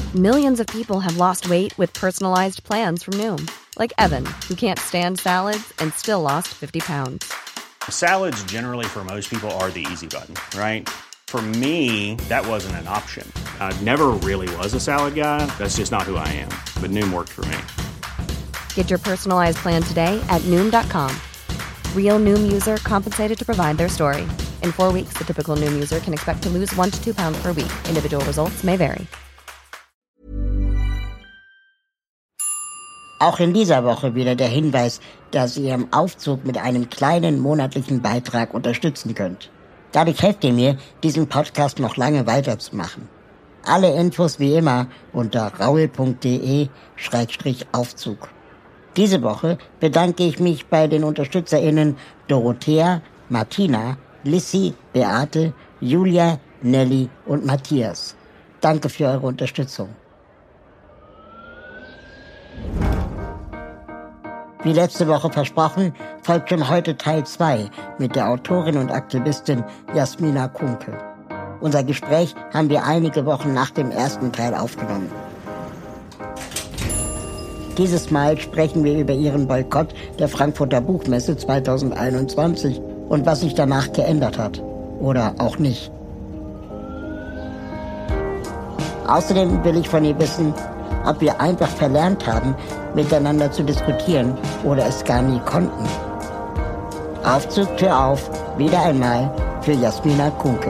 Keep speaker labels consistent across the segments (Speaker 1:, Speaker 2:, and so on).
Speaker 1: Millions of people have lost weight with personalized plans from Noom. Like Evan, who can't stand salads and still lost 50 pounds.
Speaker 2: Salads generally for most people are the easy button, right? For me, that wasn't an option. I never really was a salad guy. That's just not who I am. But Noom worked for me.
Speaker 1: Get your personalized plan today at Noom.com. Real Noom user compensated to provide their story. In 4 weeks, the typical Noom user can expect to lose 1 to 2 pounds per week. Individual results may vary.
Speaker 3: Auch in dieser Woche wieder der Hinweis, dass ihr im Aufzug mit einem kleinen monatlichen Beitrag unterstützen könnt. Dadurch helft ihr mir, diesen Podcast noch lange weiterzumachen. Alle Infos wie immer unter raul.de/Aufzug. Diese Woche bedanke ich mich bei den UnterstützerInnen Dorothea, Martina, Lissy, Beate, Julia, Nelly und Matthias. Danke für eure Unterstützung. Wie letzte Woche versprochen, folgt schon heute Teil 2 mit der Autorin und Aktivistin Jasmina Kunkel. Unser Gespräch haben wir einige Wochen nach dem ersten Teil aufgenommen. Dieses Mal sprechen wir über ihren Boykott der Frankfurter Buchmesse 2021 und was sich danach geändert hat. Oder auch nicht. Außerdem will ich von ihr wissen, ob wir einfach verlernt haben, miteinander zu diskutieren oder es gar nie konnten. Aufzug, Tür auf, wieder einmal für Jasmina Kunkel.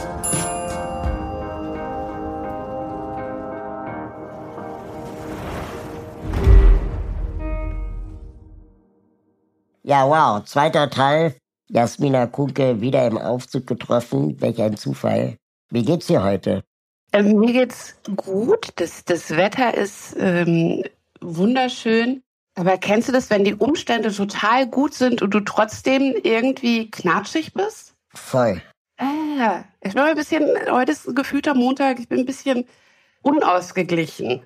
Speaker 3: Ja, wow, zweiter Teil. Jasmina Kunkel wieder im Aufzug getroffen. Welch ein Zufall. Wie geht's dir heute?
Speaker 4: Mir geht's gut. Das Wetter ist wunderschön. Aber kennst du das, wenn die Umstände total gut sind und du trotzdem irgendwie knatschig bist?
Speaker 3: Voll.
Speaker 4: Ich bin ein bisschen, heute ist gefühlter Montag, ich bin ein bisschen unausgeglichen.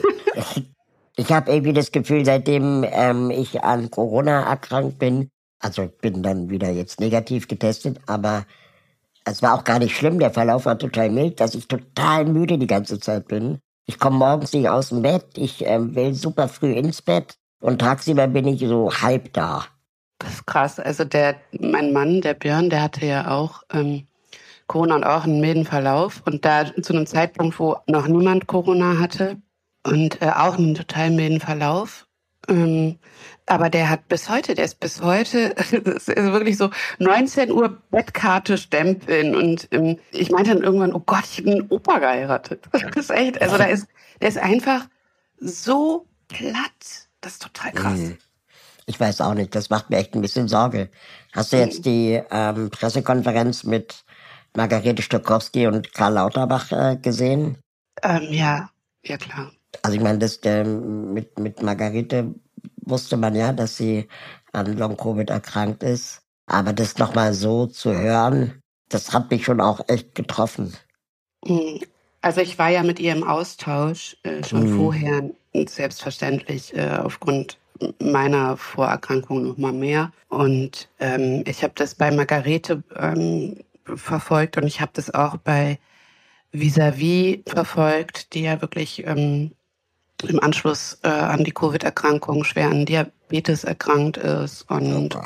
Speaker 3: Ich habe irgendwie das Gefühl, seitdem ich an Corona erkrankt bin, also bin dann wieder jetzt negativ getestet, aber es war auch gar nicht schlimm, der Verlauf war total mild, dass ich total müde die ganze Zeit bin. Ich komme morgens nicht aus dem Bett, ich will super früh ins Bett und tagsüber bin ich so halb da.
Speaker 4: Das ist krass. Also mein Mann, der Björn, der hatte ja auch Corona und auch einen milden Verlauf. Und da zu einem Zeitpunkt, wo noch niemand Corona hatte und auch einen total milden Verlauf. Aber der ist bis heute, das ist wirklich so 19 Uhr Bettkarte stempeln. Und ich meinte dann irgendwann, oh Gott, ich habe einen Opa geheiratet. Das ist echt, also der ist einfach so platt. Das ist total krass.
Speaker 3: Ich weiß auch nicht, das macht mir echt ein bisschen Sorge. Hast du jetzt die Pressekonferenz mit Margarete Stokowski und Karl Lauterbach gesehen?
Speaker 4: Ja, klar.
Speaker 3: Also ich meine, mit Margarete wusste man ja, dass sie an Long-Covid erkrankt ist. Aber das nochmal so zu hören, das hat mich schon auch echt getroffen.
Speaker 4: Also ich war ja mit ihr im Austausch schon vorher, selbstverständlich aufgrund meiner Vorerkrankung noch mal mehr. Und ich habe das bei Margarete verfolgt und ich habe das auch bei Vis-à-vis verfolgt, die ja wirklich im Anschluss an die Covid-Erkrankung schwer an Diabetes erkrankt ist und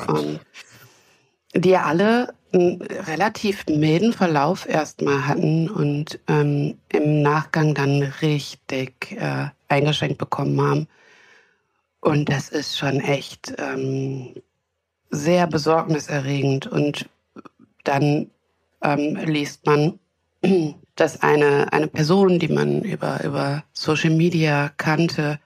Speaker 4: die ja alle einen relativ milden Verlauf erstmal hatten und im Nachgang dann richtig eingeschränkt bekommen haben. Und das ist schon echt sehr besorgniserregend. Und dann liest man, dass eine Person, die man über Social Media kannte,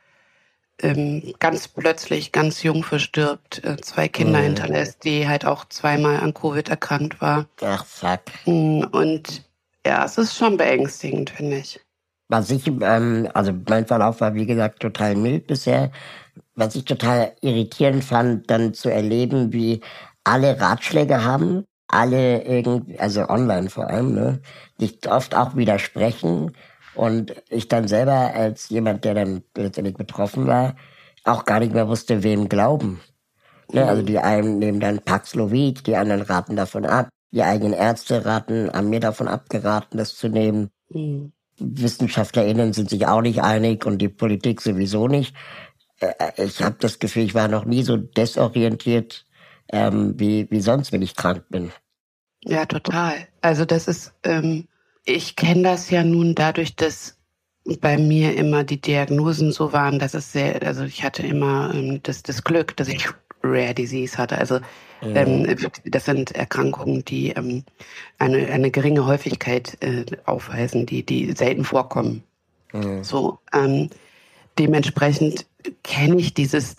Speaker 4: ganz plötzlich, ganz jung verstirbt, 2 Kinder hinterlässt, die halt auch zweimal an Covid erkrankt war.
Speaker 3: Ach, fuck.
Speaker 4: Und ja, es ist schon beängstigend, finde ich.
Speaker 3: Was ich, also mein Verlauf war wie gesagt total mild bisher. Was ich total irritierend fand, dann zu erleben, wie alle Ratschläge haben, alle irgendwie, also online vor allem, ne, die oft auch widersprechen und ich dann selber als jemand, der dann letztendlich betroffen war, auch gar nicht mehr wusste, wem glauben. Ne, also die einen nehmen dann Paxlovid, die anderen raten davon ab, die eigenen Ärzte haben mir davon abgeraten, das zu nehmen. WissenschaftlerInnen sind sich auch nicht einig und die Politik sowieso nicht. Ich habe das Gefühl, ich war noch nie so desorientiert wie sonst, wenn ich krank bin.
Speaker 4: Ja, total. Also das ist, ich kenne das ja nun dadurch, dass bei mir immer die Diagnosen so waren, dass es also ich hatte immer das Glück, dass ich Rare Disease hatte. Also das sind Erkrankungen, die eine geringe Häufigkeit aufweisen, die selten vorkommen. So, dementsprechend kenne ich dieses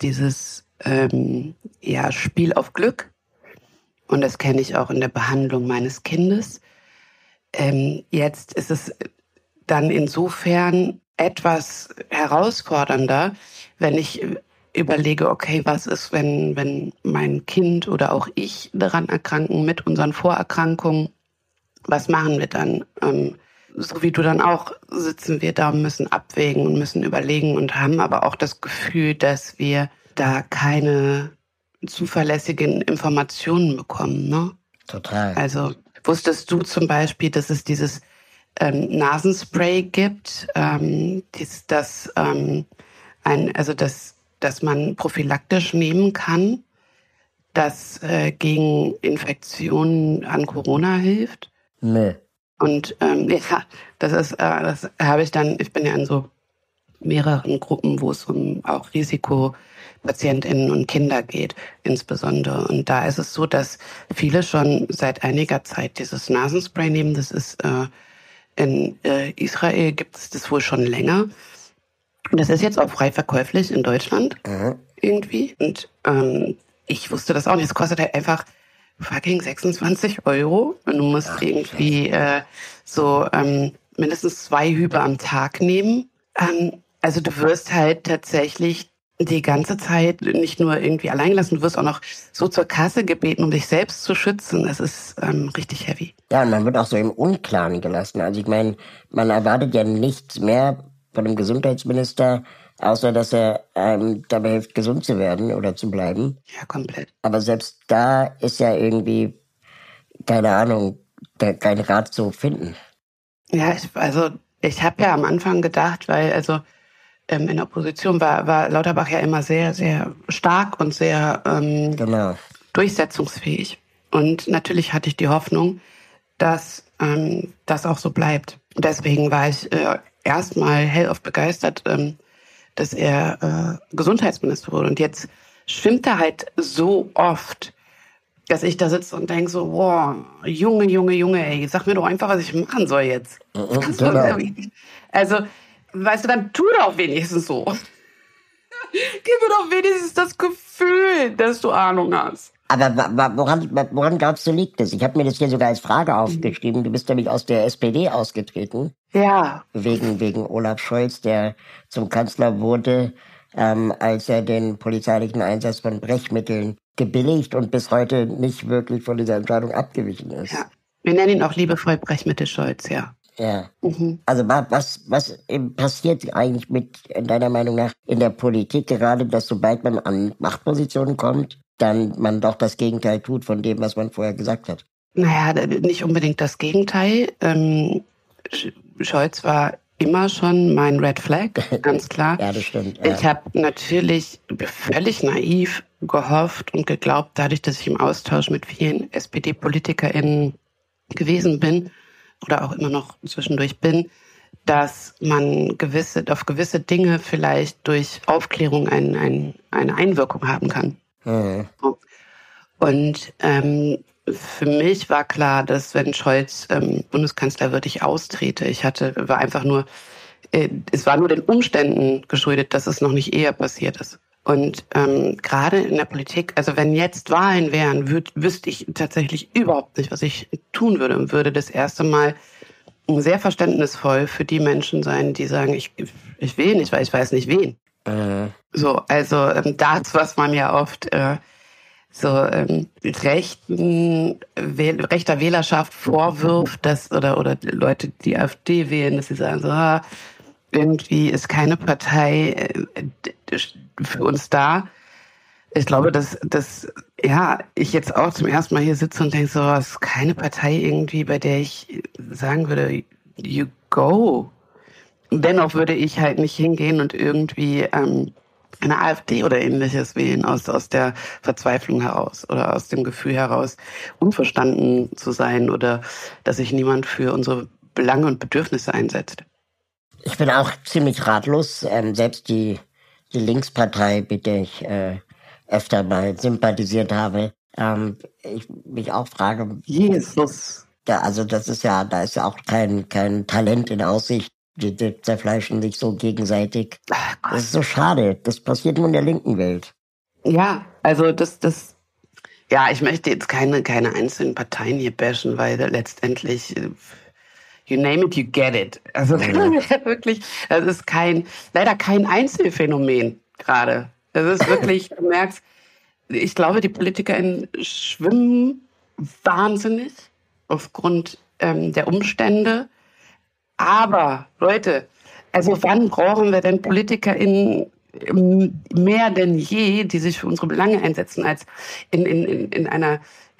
Speaker 4: Spiel auf Glück, und das kenne ich auch in der Behandlung meines Kindes. Jetzt ist es dann insofern etwas herausfordernder, wenn ich überlege, okay, was ist, wenn mein Kind oder auch ich daran erkranken mit unseren Vorerkrankungen, was machen wir dann? So wie du dann auch, sitzen wir da und müssen abwägen und müssen überlegen und haben aber auch das Gefühl, dass wir da keine zuverlässigen Informationen bekommen, ne?
Speaker 3: Total.
Speaker 4: Also wusstest du zum Beispiel, dass es dieses Nasenspray gibt, das man prophylaktisch nehmen kann, das gegen Infektionen an Corona hilft?
Speaker 3: Nee.
Speaker 4: Und das habe ich dann, ich bin ja in so mehreren Gruppen, wo es um auch Risikopatientinnen und Kinder geht, insbesondere. Und da ist es so, dass viele schon seit einiger Zeit dieses Nasenspray nehmen. Das ist in Israel gibt es das wohl schon länger. Und das ist jetzt auch frei verkäuflich in Deutschland irgendwie. Und ich wusste das auch nicht. Es kostet halt einfach fucking 26 €. Und du musst irgendwie mindestens 2 Hübe am Tag nehmen. Also du wirst halt tatsächlich die ganze Zeit nicht nur irgendwie allein gelassen, du wirst auch noch so zur Kasse gebeten, um dich selbst zu schützen. Das ist richtig heavy.
Speaker 3: Ja, und man wird auch so im Unklaren gelassen. Also ich meine, man erwartet ja nichts mehr von dem Gesundheitsminister, außer dass er dabei hilft, gesund zu werden oder zu bleiben.
Speaker 4: Ja, komplett.
Speaker 3: Aber selbst da ist ja irgendwie, keine Ahnung, kein Rat zu finden.
Speaker 4: Ja, ich habe ja am Anfang gedacht, weil in der Opposition war Lauterbach ja immer sehr, sehr stark und sehr durchsetzungsfähig. Und natürlich hatte ich die Hoffnung, dass das auch so bleibt. Deswegen war ich erstmal hellauf begeistert, dass er Gesundheitsminister wurde. Und jetzt schwimmt er halt so oft, dass ich da sitze und denke so, boah, Junge, ey, sag mir doch einfach, was ich machen soll jetzt. Also, weißt du, dann tu doch wenigstens so. Gib mir doch wenigstens das Gefühl, dass du Ahnung hast.
Speaker 3: Aber woran glaubst du, liegt es? Ich habe mir das hier sogar als Frage aufgeschrieben. Du bist nämlich aus der SPD ausgetreten.
Speaker 4: Ja.
Speaker 3: Wegen Olaf Scholz, der zum Kanzler wurde, als er den polizeilichen Einsatz von Brechmitteln gebilligt und bis heute nicht wirklich von dieser Entscheidung abgewichen ist.
Speaker 4: Ja. Wir nennen ihn auch liebevoll Brechmittel Scholz, ja.
Speaker 3: Ja. Also was passiert eigentlich in deiner Meinung nach in der Politik gerade, dass sobald man an Machtpositionen kommt, dann man doch das Gegenteil tut von dem, was man vorher gesagt hat?
Speaker 4: Naja, nicht unbedingt das Gegenteil. Scholz war immer schon mein Red Flag, ganz klar.
Speaker 3: Ja, das stimmt. Ja.
Speaker 4: Ich habe natürlich völlig naiv gehofft und geglaubt, dadurch, dass ich im Austausch mit vielen SPD-PolitikerInnen gewesen bin oder auch immer noch zwischendurch bin, dass man auf gewisse Dinge vielleicht durch Aufklärung eine Einwirkung haben kann. Und für mich war klar, dass wenn Scholz Bundeskanzler wird, ich austrete. Es war nur den Umständen geschuldet, dass es noch nicht eher passiert ist. Und gerade in der Politik, also wenn jetzt Wahlen wären, wüsste ich tatsächlich überhaupt nicht, was ich tun würde. Und würde das erste Mal sehr verständnisvoll für die Menschen sein, die sagen, ich will nicht, weil ich weiß nicht wen. So, also das, was man ja oft rechter Wählerschaft vorwirft, oder Leute, die AfD wählen, dass sie sagen so, irgendwie ist keine Partei für uns da. Ich glaube, dass ich jetzt auch zum ersten Mal hier sitze und denke so, es ist keine Partei irgendwie, bei der ich sagen würde, you go. dennoch würde ich halt nicht hingehen und irgendwie eine AfD oder ähnliches wählen aus der Verzweiflung heraus oder aus dem Gefühl heraus, unverstanden zu sein oder dass sich niemand für unsere Belange und Bedürfnisse einsetzt.
Speaker 3: Ich bin auch ziemlich ratlos. Selbst die Linkspartei, mit der ich öfter mal sympathisiert habe, ich mich auch frage,
Speaker 4: Jesus.
Speaker 3: da ist ja auch kein Talent in Aussicht. Die zerfleischen sich so gegenseitig. Das ist so schade. Das passiert nur in der linken Welt.
Speaker 4: Ja, also ja, ich möchte jetzt keine einzelnen Parteien hier bashen, weil letztendlich, you name it, you get it. Also wirklich, das ist leider kein Einzelfänomen gerade. Das ist wirklich, du merkst, ich glaube, die PolitikerInnen schwimmen wahnsinnig aufgrund der Umstände. Aber, Leute, also wann brauchen wir denn PolitikerInnen mehr denn je, die sich für unsere Belange einsetzen, als in einem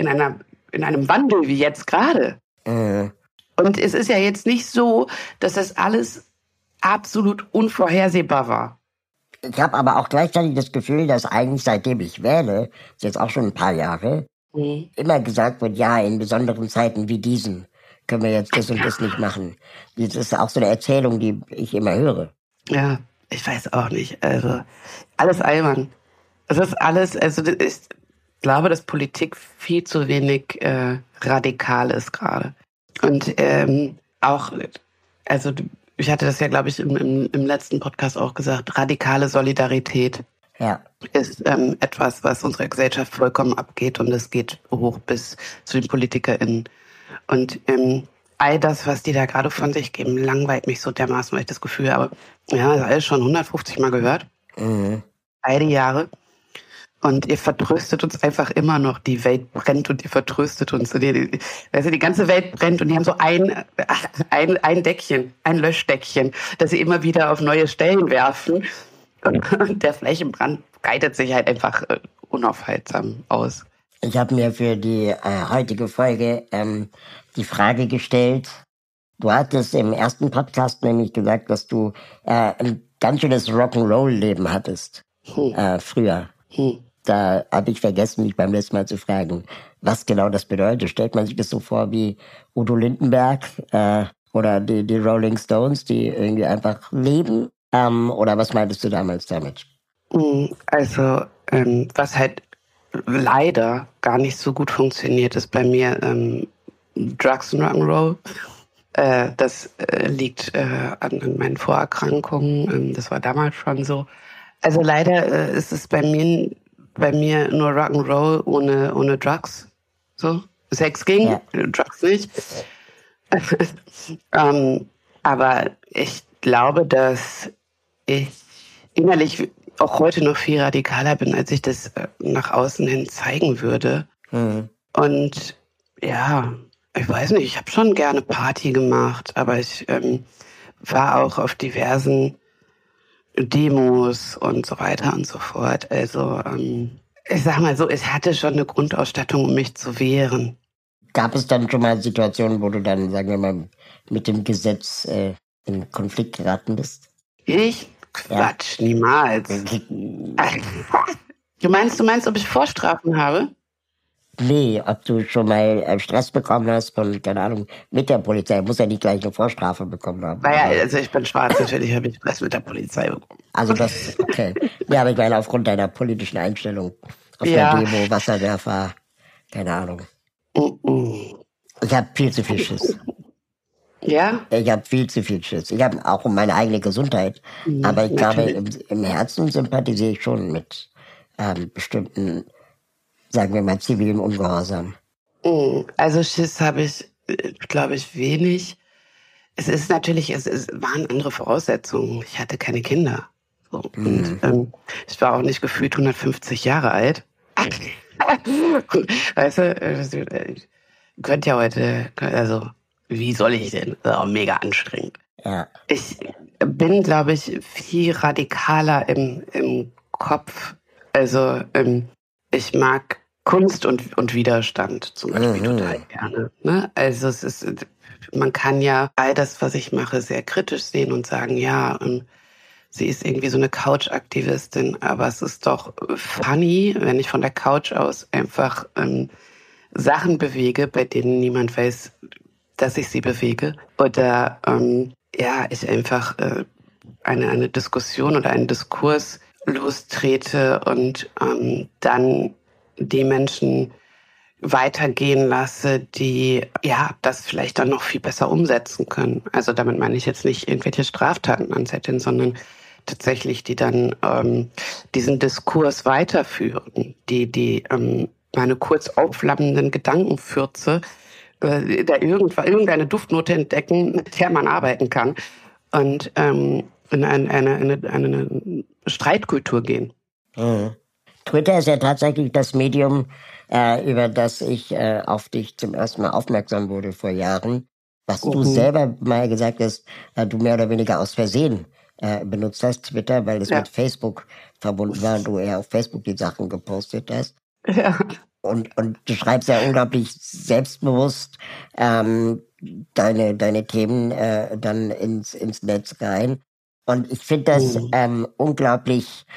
Speaker 4: Wandel wie jetzt gerade? Und es ist ja jetzt nicht so, dass das alles absolut unvorhersehbar war.
Speaker 3: Ich habe aber auch gleichzeitig das Gefühl, dass eigentlich seitdem ich wähle, ist jetzt auch schon ein paar Jahre, immer gesagt wird, ja, in besonderen Zeiten wie diesen können wir jetzt das und das nicht machen. Das ist auch so eine Erzählung, die ich immer höre.
Speaker 4: Ja, ich weiß auch nicht. Also alles albern. Es ist alles, also ich glaube, dass Politik viel zu wenig radikal ist gerade. Und auch, also ich hatte das ja, glaube ich, im letzten Podcast auch gesagt, radikale Solidarität ist etwas, was unserer Gesellschaft vollkommen abgeht und es geht hoch bis zu den PolitikerInnen. Und all das, was die da gerade von sich geben, langweilt mich so dermaßen, weil ich das Gefühl habe, ja, das ist alles schon 150 Mal gehört. All die Jahre. Und ihr vertröstet uns einfach immer noch, die Welt brennt und ihr vertröstet uns. Und die ganze Welt brennt und die haben so ein Deckchen, ein Löschdeckchen, das sie immer wieder auf neue Stellen werfen. Und der Flächenbrand breitet sich halt einfach unaufhaltsam aus.
Speaker 3: Ich habe mir für die heutige Folge die Frage gestellt. Du hattest im ersten Podcast nämlich gesagt, dass du ein ganz schönes Rock'n'Roll-Leben hattest früher. Da habe ich vergessen, mich beim letzten Mal zu fragen, was genau das bedeutet. Stellt man sich das so vor wie Udo Lindenberg oder die Rolling Stones, die irgendwie einfach leben? Oder was meintest du damals damit?
Speaker 4: Also, was halt leider gar nicht so gut funktioniert, ist bei mir Drugs und Rock'n'Roll. Das liegt an meinen Vorerkrankungen. Das war damals schon so. Also leider ist es bei mir nur Rock'n'Roll ohne Drugs. So, Sex ging, Drugs nicht. Aber ich glaube, dass ich innerlich auch heute noch viel radikaler bin, als ich das nach außen hin zeigen würde. Und ja, ich weiß nicht, ich habe schon gerne Party gemacht, aber ich war auch auf diversen Demos und so weiter und so fort. Also ich sag mal so, es hatte schon eine Grundausstattung, um mich zu wehren.
Speaker 3: Gab es dann schon mal Situationen, wo du dann, sagen wir mal, mit dem Gesetz in Konflikt geraten bist?
Speaker 4: Ich? Quatsch, niemals. Du meinst, ob ich Vorstrafen habe?
Speaker 3: Nee, ob du schon mal Stress bekommen hast von, keine Ahnung, mit der Polizei. Muss ja nicht gleich eine Vorstrafe bekommen haben.
Speaker 4: Naja, also ich bin schwarz, natürlich habe ich Stress mit der Polizei bekommen.
Speaker 3: Also das, okay. Ja, aber ich meine, aufgrund deiner politischen Einstellung auf der Demo, Wasserwerfer, keine Ahnung. Ich habe viel zu viel Schiss.
Speaker 4: Ja?
Speaker 3: Ich habe viel zu viel Schiss. Ich habe auch um meine eigene Gesundheit. Aber ich glaube, im Herzen sympathisiere ich schon mit bestimmten, sagen wir mal, zivilen Ungehorsam.
Speaker 4: Also Schiss habe ich, glaube ich, wenig. Es waren andere Voraussetzungen. Ich hatte keine Kinder. So. Und ich war auch nicht gefühlt 150 Jahre alt. Weißt du, könnt ja heute, also wie soll ich denn? Das ist auch mega anstrengend.
Speaker 3: Ja.
Speaker 4: Ich bin, glaube ich, viel radikaler im Kopf. Also ich mag Kunst und Widerstand zum Beispiel total gerne. Ne? Also es ist man kann ja all das, was ich mache, sehr kritisch sehen und sagen, ja, sie ist irgendwie so eine Couch-Aktivistin, aber es ist doch funny, wenn ich von der Couch aus einfach Sachen bewege, bei denen niemand weiß, dass ich sie bewege. Oder ich einfach eine Diskussion oder einen Diskurs lostrete und dann die Menschen weitergehen lasse, die das vielleicht dann noch viel besser umsetzen können. Also damit meine ich jetzt nicht irgendwelche Straftaten anzetteln, sondern tatsächlich, die dann diesen Diskurs weiterführen, die meine kurz aufflammenden Gedankenfürze da irgendeine Duftnote entdecken, mit der man arbeiten kann und in eine Streitkultur gehen.
Speaker 3: Mhm. Twitter ist ja tatsächlich das Medium, über das ich auf dich zum ersten Mal aufmerksam wurde vor Jahren. Was du selber mal gesagt hast, du mehr oder weniger aus Versehen benutzt hast, Twitter, weil es mit Facebook verbunden war und du eher auf Facebook die Sachen gepostet hast.
Speaker 4: Ja.
Speaker 3: Und du schreibst ja unglaublich selbstbewusst deine Themen dann ins Netz rein. Und ich finde das unglaublich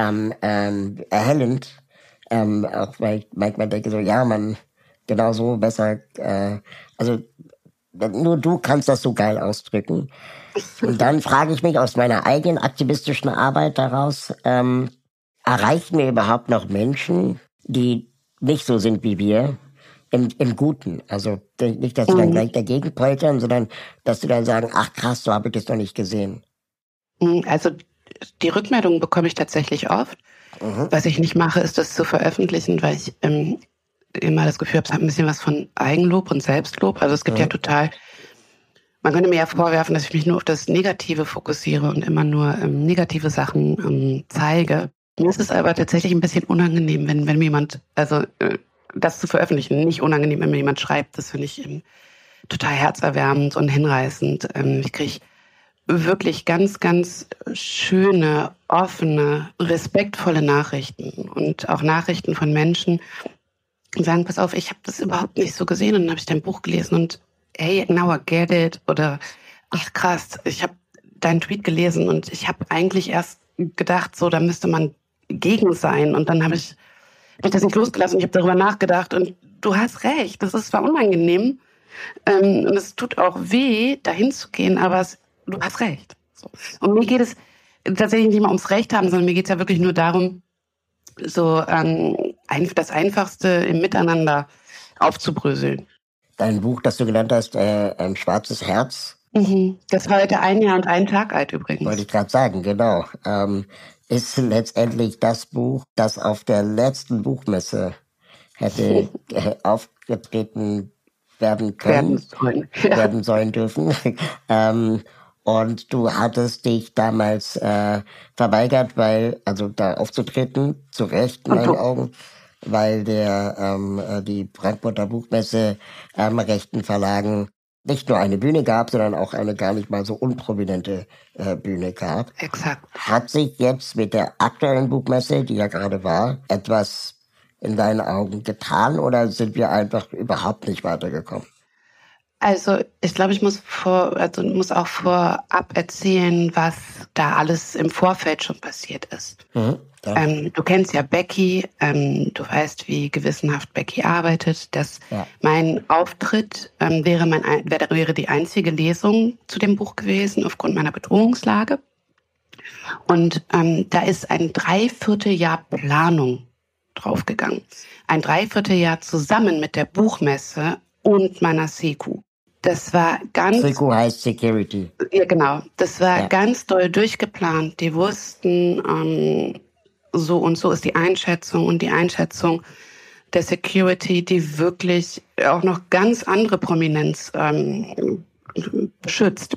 Speaker 3: erhellend, auch weil ich manchmal denke so, ja, man, genau so besser, also nur du kannst das so geil ausdrücken. Und dann frage ich mich aus meiner eigenen aktivistischen Arbeit daraus, erreichen wir überhaupt noch Menschen, die nicht so sind wie wir, im Guten? Also nicht, dass sie dann gleich dagegen poltern, sondern dass sie dann sagen, ach krass, so habe ich das noch nicht gesehen.
Speaker 4: Also die Rückmeldungen bekomme ich tatsächlich oft. Was ich nicht mache, ist das zu veröffentlichen, weil ich immer das Gefühl habe, es hat ein bisschen was von Eigenlob und Selbstlob. Also es gibt ja total, man könnte mir ja vorwerfen, dass ich mich nur auf das Negative fokussiere und immer nur negative Sachen zeige. Mir ist es aber tatsächlich ein bisschen unangenehm, wenn mir jemand, also das zu veröffentlichen, nicht unangenehm, wenn mir jemand schreibt. Das finde ich total herzerwärmend und hinreißend. Ich kriege wirklich ganz, ganz schöne, offene, respektvolle Nachrichten und auch Nachrichten von Menschen, die sagen, pass auf, ich habe das überhaupt nicht so gesehen und dann habe ich dein Buch gelesen und hey, now I get it oder ach krass, ich habe deinen Tweet gelesen und ich habe eigentlich erst gedacht, so, da müsste man gegen sein und dann habe ich das nicht losgelassen, ich habe darüber nachgedacht und du hast recht, das ist zwar unangenehm und es tut auch weh, dahin zu gehen, aber du hast recht. So. Und mir geht es tatsächlich nicht mal ums Recht haben, sondern mir geht es ja wirklich nur darum, so das Einfachste im Miteinander aufzubröseln.
Speaker 3: Dein Buch, das du genannt hast, ein schwarzes Herz.
Speaker 4: Das war heute 1 Jahr und 1 Tag alt übrigens.
Speaker 3: Wollte ich gerade sagen, genau. Ist letztendlich das Buch, das auf der letzten Buchmesse hätte aufgetreten werden können, werden sollen dürfen. Und du hattest dich damals verweigert, also da aufzutreten, zu Recht in meinen Augen, weil die Frankfurter Buchmesse rechten Verlagen nicht nur eine Bühne gab, sondern auch eine gar nicht mal so unprominente Bühne gab.
Speaker 4: Exakt.
Speaker 3: Hat sich jetzt mit der aktuellen Buchmesse, die ja gerade war, etwas in deinen Augen getan oder sind wir einfach überhaupt nicht weitergekommen?
Speaker 4: Also ich glaube, ich muss auch vorab erzählen, was da alles im Vorfeld schon passiert ist. Du kennst ja Becky, du weißt, wie gewissenhaft Becky arbeitet. Mein Auftritt wäre die einzige Lesung zu dem Buch gewesen aufgrund meiner Bedrohungslage. Und da ist ein 3/4 Jahr Planung draufgegangen. Ein 3/4 Jahr zusammen mit der Buchmesse und meiner SEKU. Das war ganz...
Speaker 3: SEKU heißt Security.
Speaker 4: Ja, genau. Das war ganz doll durchgeplant. Die wussten, so und so ist die Einschätzung und die Einschätzung der Security, die wirklich auch noch ganz andere Prominenz beschützt,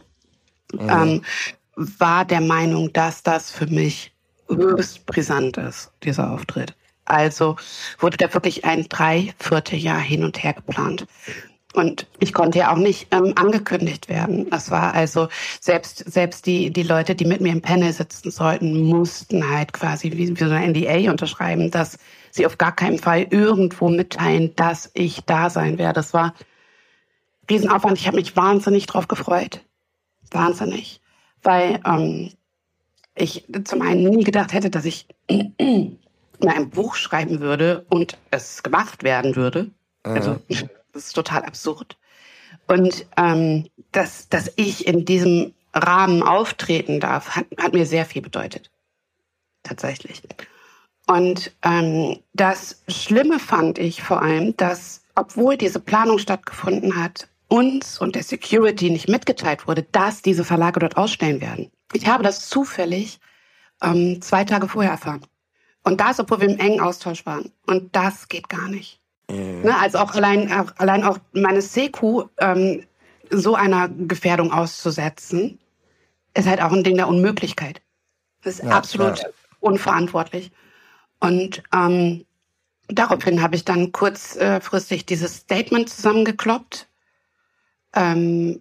Speaker 4: war der Meinung, dass das für mich höchst brisant ist, dieser Auftritt. Also wurde da wirklich ein 3/4 Jahr hin und her geplant. Und ich konnte ja auch nicht angekündigt werden. Das war also, selbst die Leute, die mit mir im Panel sitzen sollten, mussten halt quasi wie so eine NDA unterschreiben, dass sie auf gar keinen Fall irgendwo mitteilen, dass ich da sein werde. Das war Riesenaufwand. Ich habe mich wahnsinnig drauf gefreut. Wahnsinnig. Weil ich zum einen nie gedacht hätte, dass ich mal ein Buch schreiben würde und es gemacht werden würde. Also das ist total absurd. Und dass ich in diesem Rahmen auftreten darf, hat mir sehr viel bedeutet. Tatsächlich. Und das Schlimme fand ich vor allem, dass, obwohl diese Planung stattgefunden hat, uns und der Security nicht mitgeteilt wurde, dass diese Verlage dort ausstellen werden. Ich habe das zufällig 2 Tage vorher erfahren. Und das, obwohl wir im engen Austausch waren. Und das geht gar nicht. Ne, also auch allein auch meine Seku so einer Gefährdung auszusetzen, ist halt auch ein Ding der Unmöglichkeit. Das ist absolut unverantwortlich. Und daraufhin habe ich dann kurzfristig dieses Statement zusammengekloppt. Und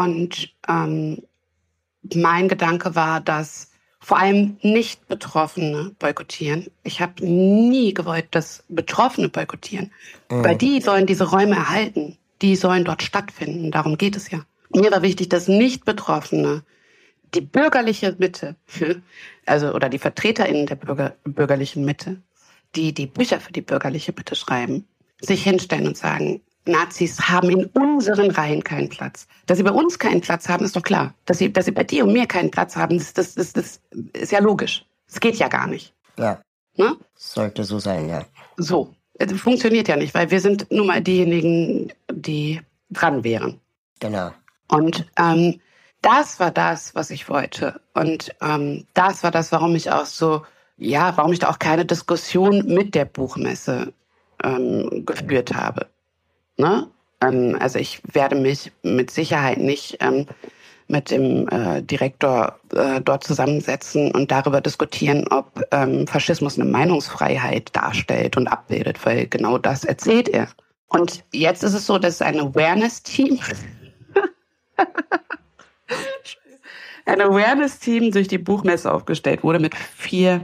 Speaker 4: mein Gedanke war, dass vor allem nicht Betroffene boykottieren. Ich habe nie gewollt, dass Betroffene boykottieren. Weil die sollen diese Räume erhalten. Die sollen dort stattfinden. Darum geht es ja. Mir war wichtig, dass nicht Betroffene die bürgerliche Mitte, oder die VertreterInnen der bürgerlichen Mitte, die Bücher für die bürgerliche Mitte schreiben, sich hinstellen und sagen, Nazis haben in unseren Reihen keinen Platz. Dass sie bei uns keinen Platz haben, ist doch klar. Dass sie bei dir und mir keinen Platz haben, das ist ja logisch. Das geht ja gar nicht.
Speaker 3: Ja.
Speaker 4: Ne?
Speaker 3: Sollte so sein, ja.
Speaker 4: So. Das funktioniert ja nicht, weil wir sind nun mal diejenigen, die dran wären.
Speaker 3: Genau.
Speaker 4: Und das war das, was ich wollte. Und das war das, warum ich da auch keine Diskussion mit der Buchmesse geführt habe. Ne? Also ich werde mich mit Sicherheit nicht mit dem Direktor dort zusammensetzen und darüber diskutieren, ob Faschismus eine Meinungsfreiheit darstellt und abbildet, weil genau das erzählt er. Und jetzt ist es so, dass ein Awareness-Team durch die Buchmesse aufgestellt wurde mit 4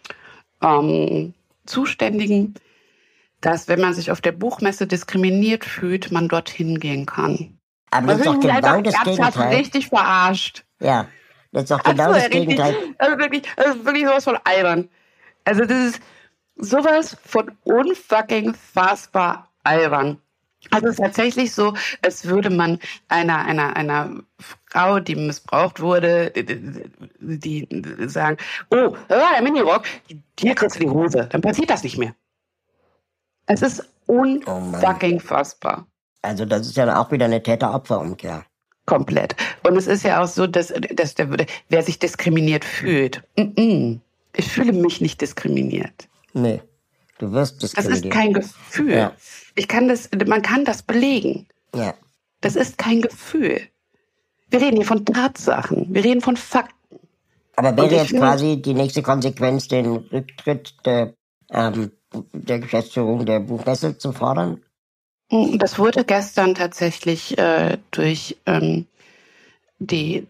Speaker 4: Zuständigen, dass, wenn man sich auf der Buchmesse diskriminiert fühlt, man dorthin gehen kann.
Speaker 3: Aber das ist doch genau das Gegenteil.
Speaker 4: Richtig verarscht.
Speaker 3: Ja, das ist doch genau das Gegenteil.
Speaker 4: Also wirklich sowas von albern. Also das ist sowas von unfucking fassbar albern. Also es ist tatsächlich so, als würde man einer Frau, die missbraucht wurde, die sagen, oh, der Minirock, hier kriegst du die Hose, dann passiert das nicht mehr. Es ist unfucking fassbar.
Speaker 3: Also das ist ja auch wieder eine Täter-Opfer-Umkehr.
Speaker 4: Komplett. Und es ist ja auch so, dass wer sich diskriminiert fühlt. Ich fühle mich nicht diskriminiert.
Speaker 3: Nee, du wirst diskriminiert.
Speaker 4: Das ist kein Gefühl.
Speaker 3: Ja.
Speaker 4: Man kann das belegen.
Speaker 3: Ja.
Speaker 4: Das ist kein Gefühl. Wir reden hier von Tatsachen. Wir reden von Fakten.
Speaker 3: Aber wäre jetzt quasi die nächste Konsequenz, den Rücktritt der Geschäftsführung der Buchmesse zu fordern?
Speaker 4: Das wurde gestern tatsächlich durch die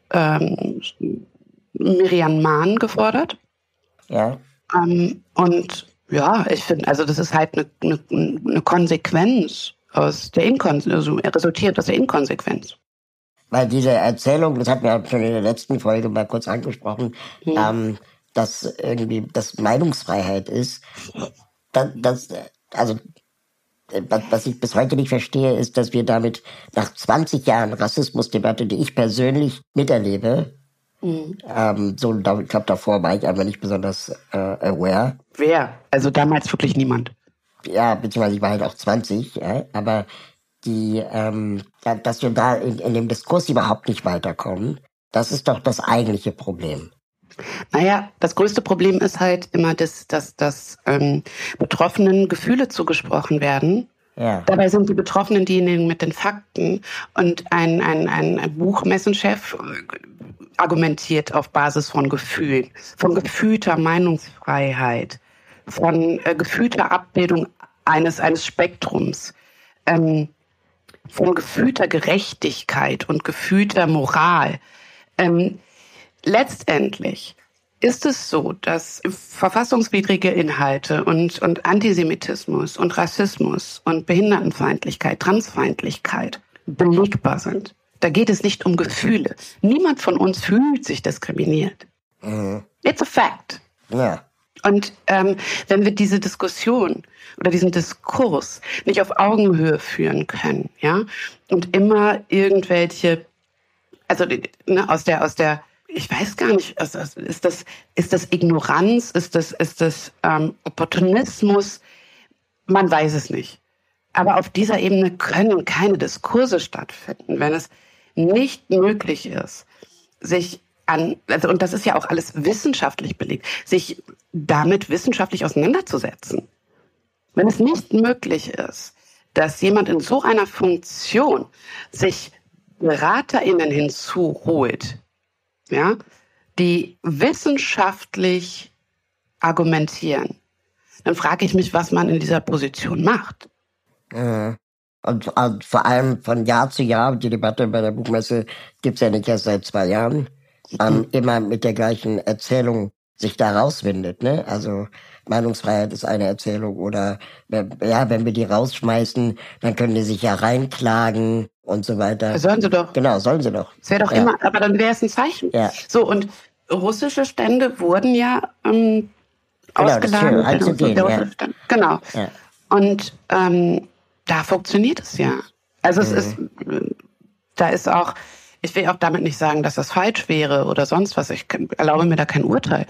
Speaker 4: Miriam Mahn gefordert.
Speaker 3: Ja.
Speaker 4: Und ja, ich finde, also das ist halt eine Konsequenz aus der resultiert aus der Inkonsequenz.
Speaker 3: Weil diese Erzählung, das hatten wir schon in der letzten Folge mal kurz angesprochen, dass irgendwie das Meinungsfreiheit ist. Was ich bis heute nicht verstehe, ist, dass wir damit nach 20 Jahren Rassismusdebatte, die ich persönlich miterlebe, ich glaube, davor war ich einfach nicht besonders aware.
Speaker 4: Wer? Also damals wirklich niemand.
Speaker 3: Ja, beziehungsweise ich war halt auch 20, ja, aber dass wir da in dem Diskurs überhaupt nicht weiterkommen, das ist doch das eigentliche Problem.
Speaker 4: Naja, das größte Problem ist halt immer, dass Betroffenen Gefühle zugesprochen werden.
Speaker 3: Ja.
Speaker 4: Dabei sind die Betroffenen diejenigen mit den Fakten und ein Buchmessenchef argumentiert auf Basis von Gefühlen, von gefühlter Meinungsfreiheit, von gefühlter Abbildung eines Spektrums, von gefühlter Gerechtigkeit und gefühlter Moral. Letztendlich ist es so, dass verfassungswidrige Inhalte und Antisemitismus und Rassismus und Behindertenfeindlichkeit, Transfeindlichkeit belegbar sind. Da geht es nicht um Gefühle. Niemand von uns fühlt sich diskriminiert. It's a fact.
Speaker 3: Ja.
Speaker 4: Und wenn wir diese Diskussion oder diesen Diskurs nicht auf Augenhöhe führen können, ja, und immer irgendwelche, also aus der, ich weiß gar nicht, ist das Ignoranz, ist das Opportunismus? Man weiß es nicht. Aber auf dieser Ebene können keine Diskurse stattfinden, wenn es nicht möglich ist, sich und das ist ja auch alles wissenschaftlich belegt, sich damit wissenschaftlich auseinanderzusetzen. Wenn es nicht möglich ist, dass jemand in so einer Funktion sich BeraterInnen hinzuholt, ja, die wissenschaftlich argumentieren, dann frage ich mich, was man in dieser Position macht.
Speaker 3: Und vor allem von Jahr zu Jahr, die Debatte bei der Buchmesse gibt's ja nicht erst seit 2 Jahren, immer mit der gleichen Erzählung sich da rauswindet, ne? Also Meinungsfreiheit ist eine Erzählung oder ja, wenn wir die rausschmeißen, dann können die sich ja reinklagen und so weiter.
Speaker 4: Sollen sie doch.
Speaker 3: Genau, sollen sie doch.
Speaker 4: Es wäre doch immer, aber dann wäre es ein Zeichen.
Speaker 3: Ja.
Speaker 4: So, und russische Stände wurden ja
Speaker 3: ausgeladen.
Speaker 4: Genau.
Speaker 3: Ja.
Speaker 4: Und da funktioniert es ja. Also es ist, da ist auch, ich will auch damit nicht sagen, dass das falsch wäre oder sonst was. Ich erlaube mir da kein Urteil.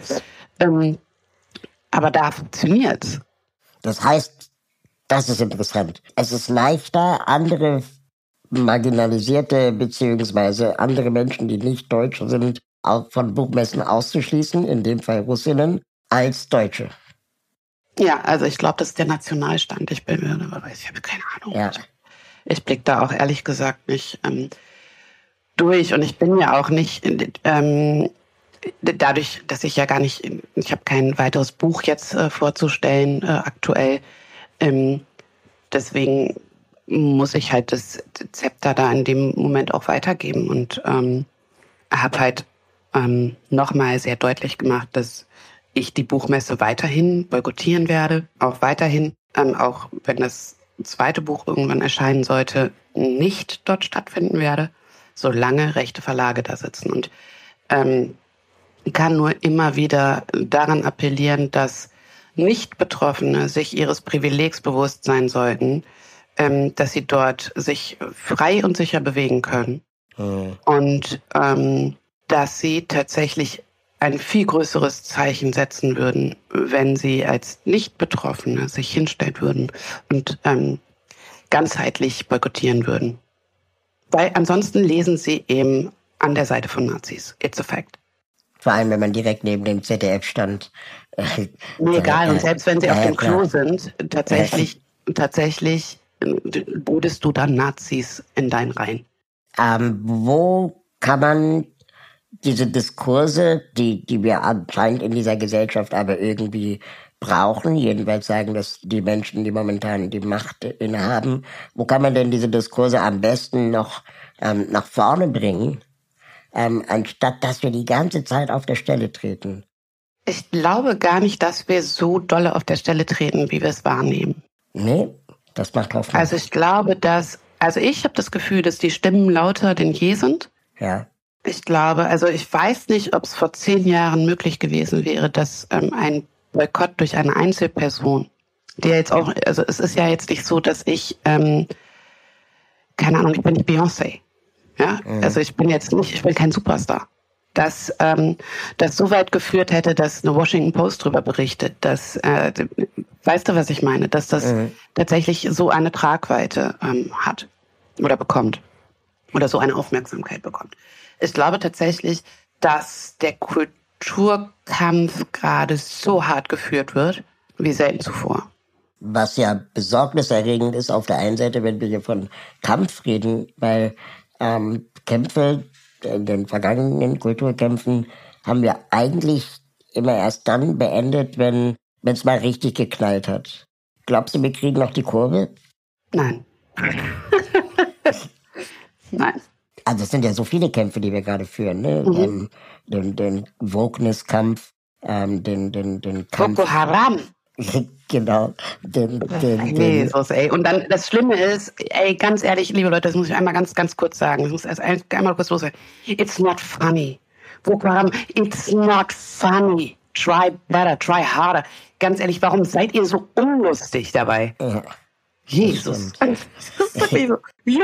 Speaker 4: Aber da funktioniert's.
Speaker 3: Das heißt, das ist interessant. Es ist leichter, andere marginalisierte beziehungsweise andere Menschen, die nicht Deutsche sind, auch von Buchmessen auszuschließen, in dem Fall Russinnen, als Deutsche.
Speaker 4: Ja, also ich glaube, das ist der Nationalstand. Ich habe keine Ahnung.
Speaker 3: Ja.
Speaker 4: Ich blicke da auch ehrlich gesagt nicht durch. Und ich bin ja auch nicht, dadurch, dass ich ja gar nicht, ich habe kein weiteres Buch jetzt vorzustellen aktuell. Deswegen muss ich halt das Zepter da in dem Moment auch weitergeben. Und habe halt nochmal sehr deutlich gemacht, dass ich die Buchmesse weiterhin boykottieren werde, auch weiterhin, auch wenn das zweite Buch irgendwann erscheinen sollte, nicht dort stattfinden werde, solange rechte Verlage da sitzen. Und ich kann nur immer wieder daran appellieren, dass Nicht-Betroffene sich ihres Privilegs bewusst sein sollten, dass sie dort sich frei und sicher bewegen können. Und dass sie tatsächlich ein viel größeres Zeichen setzen würden, wenn sie als Nicht-Betroffene sich hinstellen würden und ganzheitlich boykottieren würden. Weil ansonsten lesen sie eben an der Seite von Nazis. It's a fact.
Speaker 3: Vor allem, wenn man direkt neben dem ZDF stand.
Speaker 4: Egal, und selbst wenn sie auf dem Klo sind, tatsächlich budest du dann Nazis in deinen Reihen.
Speaker 3: Wo kann man diese Diskurse, die wir anscheinend in dieser Gesellschaft aber irgendwie brauchen, jedenfalls sagen das die Menschen, die momentan die Macht innehaben, wo kann man denn diese Diskurse am besten noch nach vorne bringen, anstatt dass wir die ganze Zeit auf der Stelle treten?
Speaker 4: Ich glaube gar nicht, dass wir so dolle auf der Stelle treten, wie wir es wahrnehmen.
Speaker 3: Nee, das macht Hoffnung.
Speaker 4: Also ich glaube, ich habe das Gefühl, dass die Stimmen lauter denn je sind.
Speaker 3: Ja.
Speaker 4: Ich glaube, also ich weiß nicht, ob es vor 10 Jahren möglich gewesen wäre, dass ein Boykott durch eine Einzelperson, der jetzt auch, also es ist ja jetzt nicht so, dass ich, keine Ahnung, ich bin nicht Beyoncé. Ja, also ich bin kein Superstar. Dass das so weit geführt hätte, dass eine Washington Post darüber berichtet, dass, weißt du, was ich meine, dass das tatsächlich so eine Tragweite hat oder bekommt oder so eine Aufmerksamkeit bekommt. Ich glaube tatsächlich, dass der Kulturkampf gerade so hart geführt wird, wie selten zuvor.
Speaker 3: Was ja besorgniserregend ist auf der einen Seite, wenn wir hier von Kampf reden, weil Kämpfe in den vergangenen Kulturkämpfen haben wir eigentlich immer erst dann beendet, wenn es mal richtig geknallt hat. Glaubst du, wir kriegen noch die Kurve?
Speaker 4: Nein. Nein.
Speaker 3: Also es sind ja so viele Kämpfe, die wir gerade führen, ne? Den Wokeness-Kampf, den Kampf.
Speaker 4: Boko Haram.
Speaker 3: Genau.
Speaker 4: Jesus, ey. Und dann, das Schlimme ist, ey, ganz ehrlich, liebe Leute, das muss ich einmal ganz, ganz kurz sagen. Das muss erst einmal kurz loswerden. It's not funny. It's not funny. Try better, try harder. Ganz ehrlich, warum seid ihr so unlustig dabei?
Speaker 3: Ja,
Speaker 4: Jesus. Das ist wirklich so.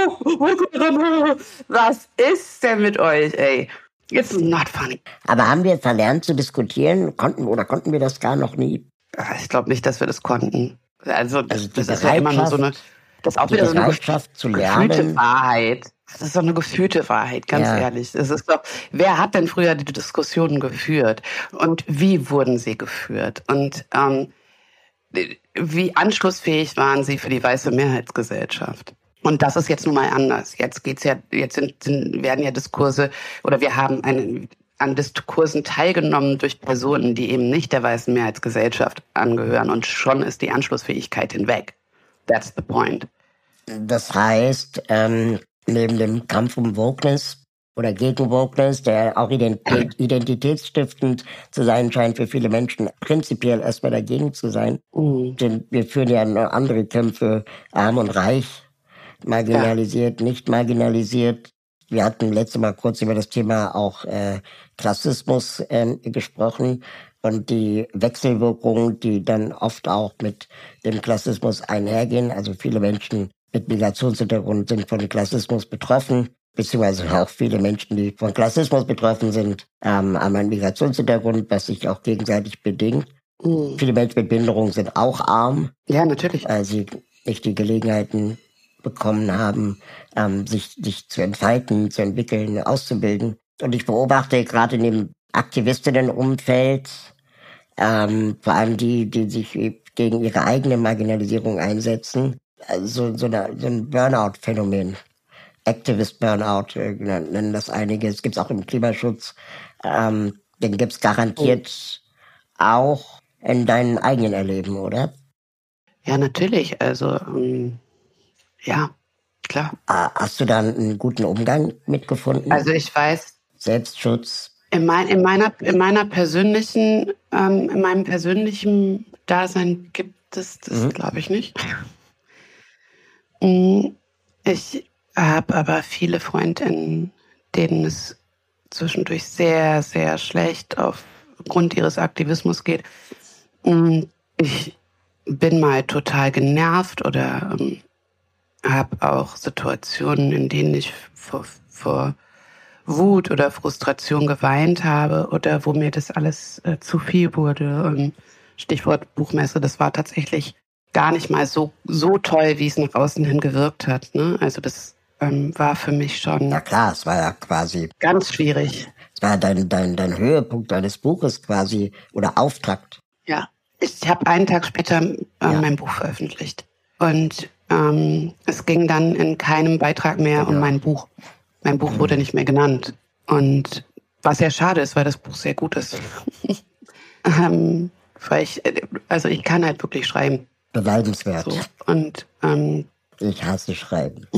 Speaker 4: Was ist denn mit euch, ey? It's not funny.
Speaker 3: Aber haben wir verlernt zu diskutieren? Konnten wir das gar noch nie?
Speaker 4: Ich glaube nicht, dass wir das konnten. Also
Speaker 3: die
Speaker 4: das ist ja immer nur so eine, das ist auch wieder so eine
Speaker 3: Bereitschaft zu lernen.
Speaker 4: gefühlte Wahrheit. Das ist doch eine gefühlte Wahrheit, ganz ehrlich. Es ist doch, wer hat denn früher die Diskussionen geführt? Und wie wurden sie geführt? Und wie anschlussfähig waren sie für die weiße Mehrheitsgesellschaft? Und das ist jetzt nun mal anders. Jetzt werden ja Diskurse, oder wir haben an Diskursen teilgenommen durch Personen, die eben nicht der weißen Mehrheitsgesellschaft angehören. Und schon ist die Anschlussfähigkeit hinweg. That's the point.
Speaker 3: Das heißt, neben dem Kampf um Wokeness oder gegen Wokeness, der auch identitätsstiftend zu sein scheint für viele Menschen, prinzipiell erstmal dagegen zu sein. Denn wir führen ja noch andere Kämpfe, arm und reich, marginalisiert, nicht marginalisiert. Wir hatten letztes Mal kurz über das Thema auch Klassismus gesprochen und die Wechselwirkungen, die dann oft auch mit dem Klassismus einhergehen. Also viele Menschen mit Migrationshintergrund sind von Klassismus betroffen, beziehungsweise auch viele Menschen, die von Klassismus betroffen sind, haben einen Migrationshintergrund, was sich auch gegenseitig bedingt. Viele Menschen mit Behinderung sind auch arm.
Speaker 4: Ja, natürlich.
Speaker 3: Weil sie nicht die Gelegenheiten bekommen haben, sich zu entfalten, zu entwickeln, auszubilden. Und ich beobachte gerade in dem Aktivistinnenumfeld, vor allem die sich gegen ihre eigene Marginalisierung einsetzen, so ein Burnout-Phänomen. Activist-Burnout nennen das einige. Es gibt es auch im Klimaschutz. Den gibt es garantiert auch in deinem eigenen Erleben, oder?
Speaker 4: Ja, natürlich. Also, ja, klar.
Speaker 3: Hast du da einen guten Umgang mitgefunden?
Speaker 4: Also ich weiß,
Speaker 3: Selbstschutz.
Speaker 4: in meinem persönlichen Dasein gibt es das, glaube ich nicht. Ich habe aber viele Freundinnen, denen es zwischendurch sehr, sehr schlecht aufgrund ihres Aktivismus geht. Ich bin mal total genervt oder habe auch Situationen, in denen ich vor Wut oder Frustration geweint habe oder wo mir das alles zu viel wurde. Stichwort Buchmesse, das war tatsächlich gar nicht mal so toll, wie es nach außen hin gewirkt hat. Ne? Also das war für mich schon...
Speaker 3: Ja klar, es war ja quasi...
Speaker 4: Ganz schwierig.
Speaker 3: Es war dein Höhepunkt deines Buches quasi oder Auftakt.
Speaker 4: Ja, ich habe einen Tag später mein Buch veröffentlicht. Und es ging dann in keinem Beitrag mehr um mein Buch. Mein Buch wurde nicht mehr genannt. Und was sehr schade ist, weil das Buch sehr gut ist. Weil ich kann halt wirklich schreiben.
Speaker 3: Beneidenswert.
Speaker 4: So. Und
Speaker 3: ich hasse Schreiben.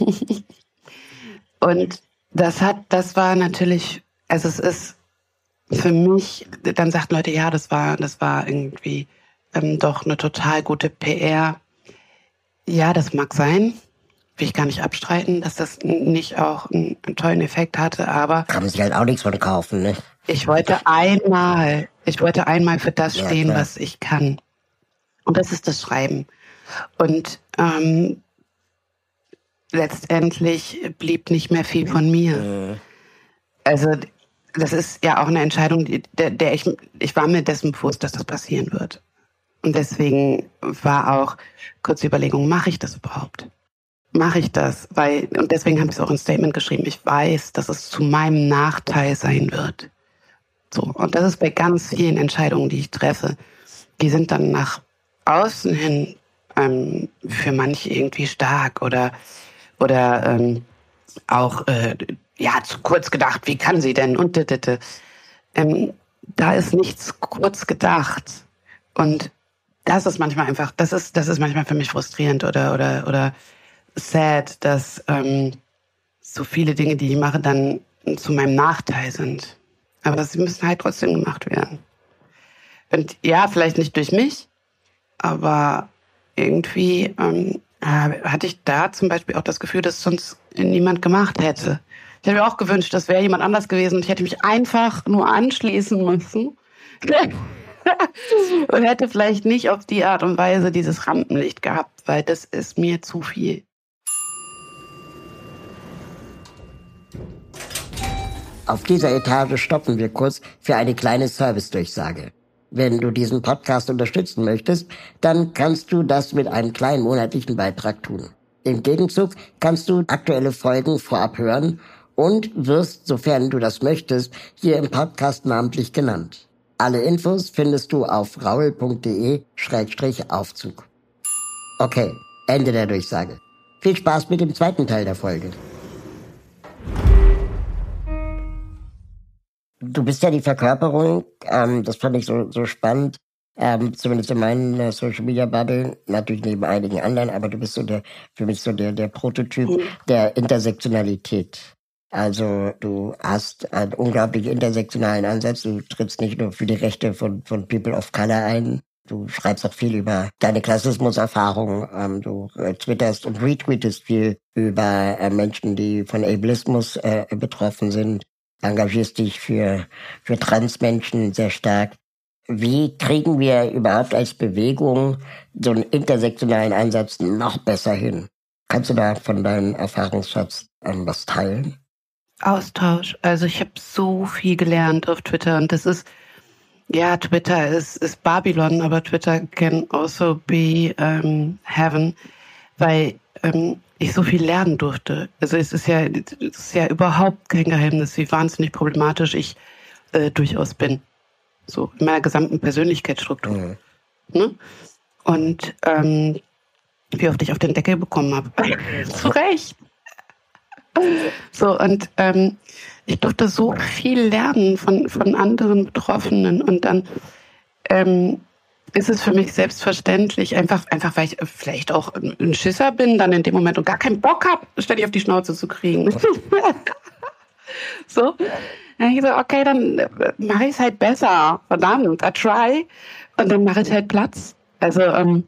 Speaker 4: Und das war natürlich, also es ist für mich, dann sagten Leute, ja, das war irgendwie doch eine total gute PR. Ja, das mag sein. Will ich gar nicht abstreiten, dass das nicht auch einen tollen Effekt hatte, aber...
Speaker 3: Kann man sich halt auch nichts von kaufen, ne?
Speaker 4: Ich wollte einmal für das stehen, was ich kann. Und das ist das Schreiben. Und letztendlich blieb nicht mehr viel von mir. Also das ist ja auch eine Entscheidung, der ich war mir dessen bewusst, dass das passieren wird. Und deswegen war auch kurz die Überlegung, mache ich das überhaupt? Mache ich das? Und deswegen habe ich es auch ins Statement geschrieben, ich weiß, dass es zu meinem Nachteil sein wird. So. Und das ist bei ganz vielen Entscheidungen, die ich treffe, die sind dann nach außen hin für manche irgendwie stark oder auch zu kurz gedacht, wie kann sie denn? Und da ist nichts kurz gedacht. Und das ist manchmal einfach, das ist manchmal für mich frustrierend oder sad, dass so viele Dinge, die ich mache, dann zu meinem Nachteil sind. Aber sie müssen halt trotzdem gemacht werden. Und ja, vielleicht nicht durch mich, Aber irgendwie hatte ich da zum Beispiel auch das Gefühl, dass sonst niemand gemacht hätte. Ich hätte mir auch gewünscht, das wäre jemand anders gewesen. Ich hätte mich einfach nur anschließen müssen und hätte vielleicht nicht auf die Art und Weise dieses Rampenlicht gehabt, weil das ist mir zu viel.
Speaker 3: Auf dieser Etage stoppen wir kurz für eine kleine Servicedurchsage. Wenn du diesen Podcast unterstützen möchtest, dann kannst du das mit einem kleinen monatlichen Beitrag tun. Im Gegenzug kannst du aktuelle Folgen vorab hören und wirst, sofern du das möchtest, hier im Podcast namentlich genannt. Alle Infos findest du auf raul.de/Aufzug. Okay, Ende der Durchsage. Viel Spaß mit dem zweiten Teil der Folge. Du bist ja die Verkörperung, das fand ich so spannend, zumindest in meinen Social-Media-Bubble, natürlich neben einigen anderen, aber du bist für mich der Prototyp der Intersektionalität. Also du hast einen unglaublich intersektionalen Ansatz, du trittst nicht nur für die Rechte von People of Color ein, du schreibst auch viel über deine Klassismus-Erfahrung, du twitterst und retweetest viel über Menschen, die von Ableismus betroffen sind. Engagierst dich für Transmenschen sehr stark. Wie kriegen wir überhaupt als Bewegung so einen intersektionalen Ansatz noch besser hin? Kannst du da von deinem Erfahrungsschatz was teilen?
Speaker 4: Austausch. Also ich habe so viel gelernt auf Twitter und das ist, ja, Twitter ist Babylon, aber Twitter can also be heaven, weil ich so viel lernen durfte. Also es ist ja überhaupt kein Geheimnis, wie wahnsinnig problematisch ich durchaus bin. So in meiner gesamten Persönlichkeitsstruktur.
Speaker 3: Mhm.
Speaker 4: Ne? Und wie oft ich auf den Deckel bekommen habe. Zu Recht. So, und ich durfte so viel lernen von anderen Betroffenen und dann ist es für mich selbstverständlich, einfach weil ich vielleicht auch ein Schisser bin, dann in dem Moment und gar keinen Bock habe, ständig auf die Schnauze zu kriegen. So, dann ich so, okay, dann mache ich es halt besser. Verdammt, I try. Und dann mache ich halt Platz. Also,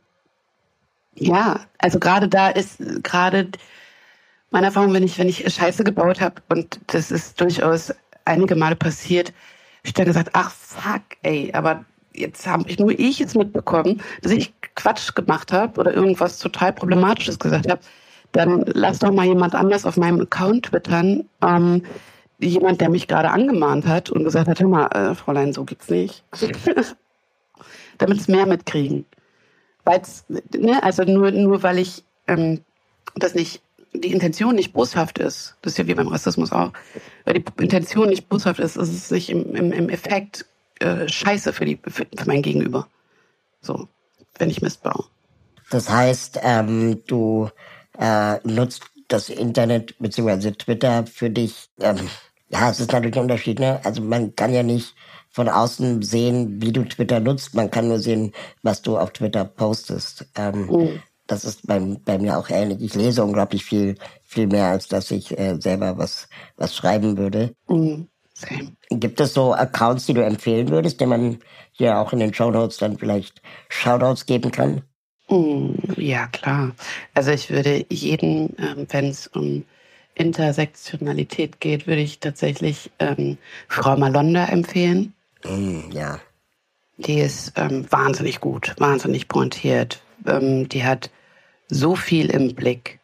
Speaker 4: ja, also gerade da ist meine Erfahrung, wenn ich Scheiße gebaut habe, und das ist durchaus einige Male passiert, ich dann gesagt, ach fuck, ey, aber jetzt habe ich jetzt mitbekommen, dass ich Quatsch gemacht habe oder irgendwas total Problematisches gesagt habe, dann lass doch mal jemand anders auf meinem Account twittern, jemand, der mich gerade angemahnt hat und gesagt hat, hör mal, Fräulein, so geht's nicht. Damit es mehr mitkriegen. Weil's, ne, also nur weil ich das nicht, die Intention nicht boshaft ist, das ist ja wie beim Rassismus auch, weil die Intention nicht boshaft ist es sich im Effekt scheiße für mein Gegenüber. So, wenn ich Mist baue.
Speaker 3: Das heißt, du nutzt das Internet bzw. Twitter für dich. Ja, es ist natürlich ein Unterschied, ne? Also man kann ja nicht von außen sehen, wie du Twitter nutzt. Man kann nur sehen, was du auf Twitter postest. Das ist bei mir auch ähnlich. Ich lese unglaublich viel mehr, als dass ich selber was schreiben würde.
Speaker 4: Same.
Speaker 3: Gibt es so Accounts, die du empfehlen würdest, denen man hier auch in den Shownotes dann vielleicht Shoutouts geben kann?
Speaker 4: Ja, klar. Also ich würde jeden, wenn es um Intersektionalität geht, würde ich tatsächlich Frau Malonda empfehlen.
Speaker 3: Ja.
Speaker 4: Die ist wahnsinnig gut, wahnsinnig pointiert. Die hat so viel im Blick.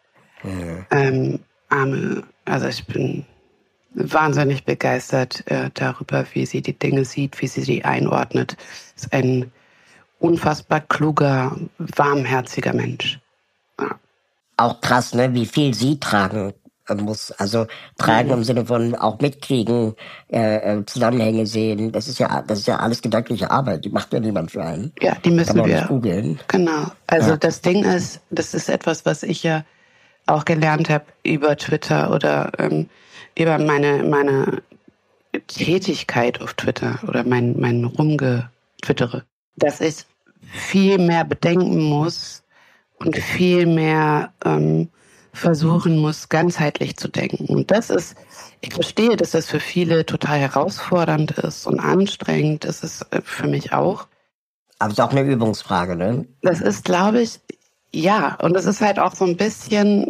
Speaker 4: Also ich bin wahnsinnig begeistert darüber, wie sie die Dinge sieht, wie sie die einordnet. Ist ein unfassbar kluger, warmherziger Mensch. Ja.
Speaker 3: Auch krass, ne, wie viel sie tragen muss. Also tragen im Sinne von auch mitkriegen, Zusammenhänge sehen. Das ist ja alles gedankliche Arbeit. Die macht ja niemand für einen.
Speaker 4: Ja, die müssen
Speaker 3: Kann man
Speaker 4: wir
Speaker 3: nicht googeln.
Speaker 4: Genau. Also
Speaker 3: Ja.
Speaker 4: das Ding ist, das ist etwas, was ich ja auch gelernt habe über Twitter oder über meine Tätigkeit auf Twitter oder mein Rumgetwittere, dass ich viel mehr bedenken muss und viel mehr versuchen muss, ganzheitlich zu denken. Und ich verstehe, dass das für viele total herausfordernd ist und anstrengend. Das ist für mich auch.
Speaker 3: Aber es ist auch eine Übungsfrage, ne?
Speaker 4: Das ist, glaube ich, ja. Und es ist halt auch so ein bisschen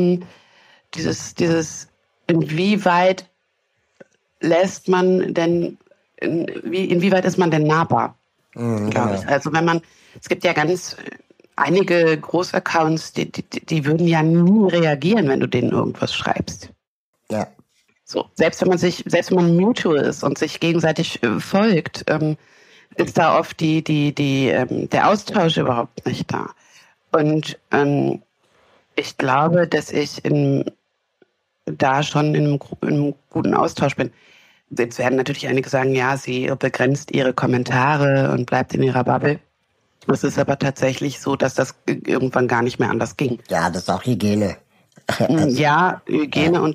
Speaker 4: dieses, inwieweit lässt man denn, inwieweit ist man denn nahbar, glaube ich. Also es gibt ja einige Großaccounts, die würden ja nie reagieren, wenn du denen irgendwas schreibst.
Speaker 3: Ja.
Speaker 4: So, selbst wenn man mutual ist und sich gegenseitig folgt, ist da oft der Austausch überhaupt nicht da. Und ich glaube, dass ich da schon in einem guten Austausch bin. Jetzt werden natürlich einige sagen, ja, sie begrenzt ihre Kommentare und bleibt in ihrer Bubble. Es ist aber tatsächlich so, dass das irgendwann gar nicht mehr anders ging.
Speaker 3: Ja, das ist auch Hygiene.
Speaker 4: Ja, Hygiene, ja. Und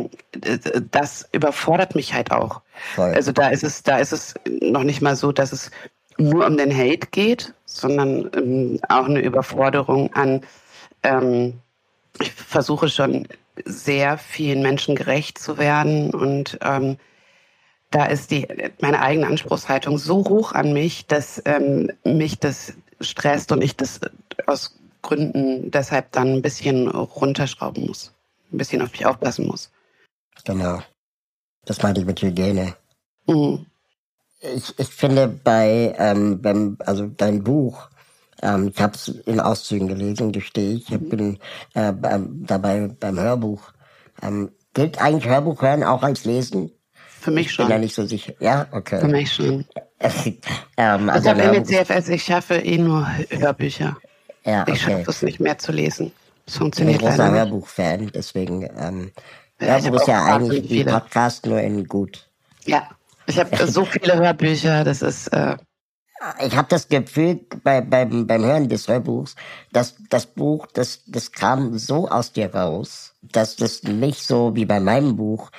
Speaker 4: das überfordert mich halt auch. Voll. Also da ist es noch nicht mal so, dass es nur um den Hate geht, sondern auch eine Überforderung an, ich versuche schon sehr vielen Menschen gerecht zu werden und da ist meine eigene Anspruchshaltung so hoch an mich, dass mich das stresst und ich das aus Gründen deshalb dann ein bisschen runterschrauben muss, ein bisschen auf mich aufpassen muss.
Speaker 3: Genau, das meinte ich mit Hygiene. Mhm. Ich finde also dein Buch, ich habe es in Auszügen gelesen, gestehe ich, bin dabei beim Hörbuch. Gilt eigentlich Hörbuch hören auch als Lesen?
Speaker 4: Für mich schon.
Speaker 3: Ich bin da nicht so sicher. Ja, okay.
Speaker 4: Für mich schon.
Speaker 3: Also
Speaker 4: ich habe MCFS, ich schaffe nur Hörbücher.
Speaker 3: Ja, okay.
Speaker 4: Ich schaffe es nicht mehr zu lesen. Das funktioniert
Speaker 3: leider nicht. Ich bin ein großer Hörbuch-Fan, deswegen Hörbuch ist ja eigentlich wie Podcast, nur in gut.
Speaker 4: Ja, ich habe so viele Hörbücher, das ist...
Speaker 3: Ich habe das Gefühl, beim Hören des Hörbuchs, dass das Buch, das kam so aus dir raus, dass das nicht so wie bei meinem Buch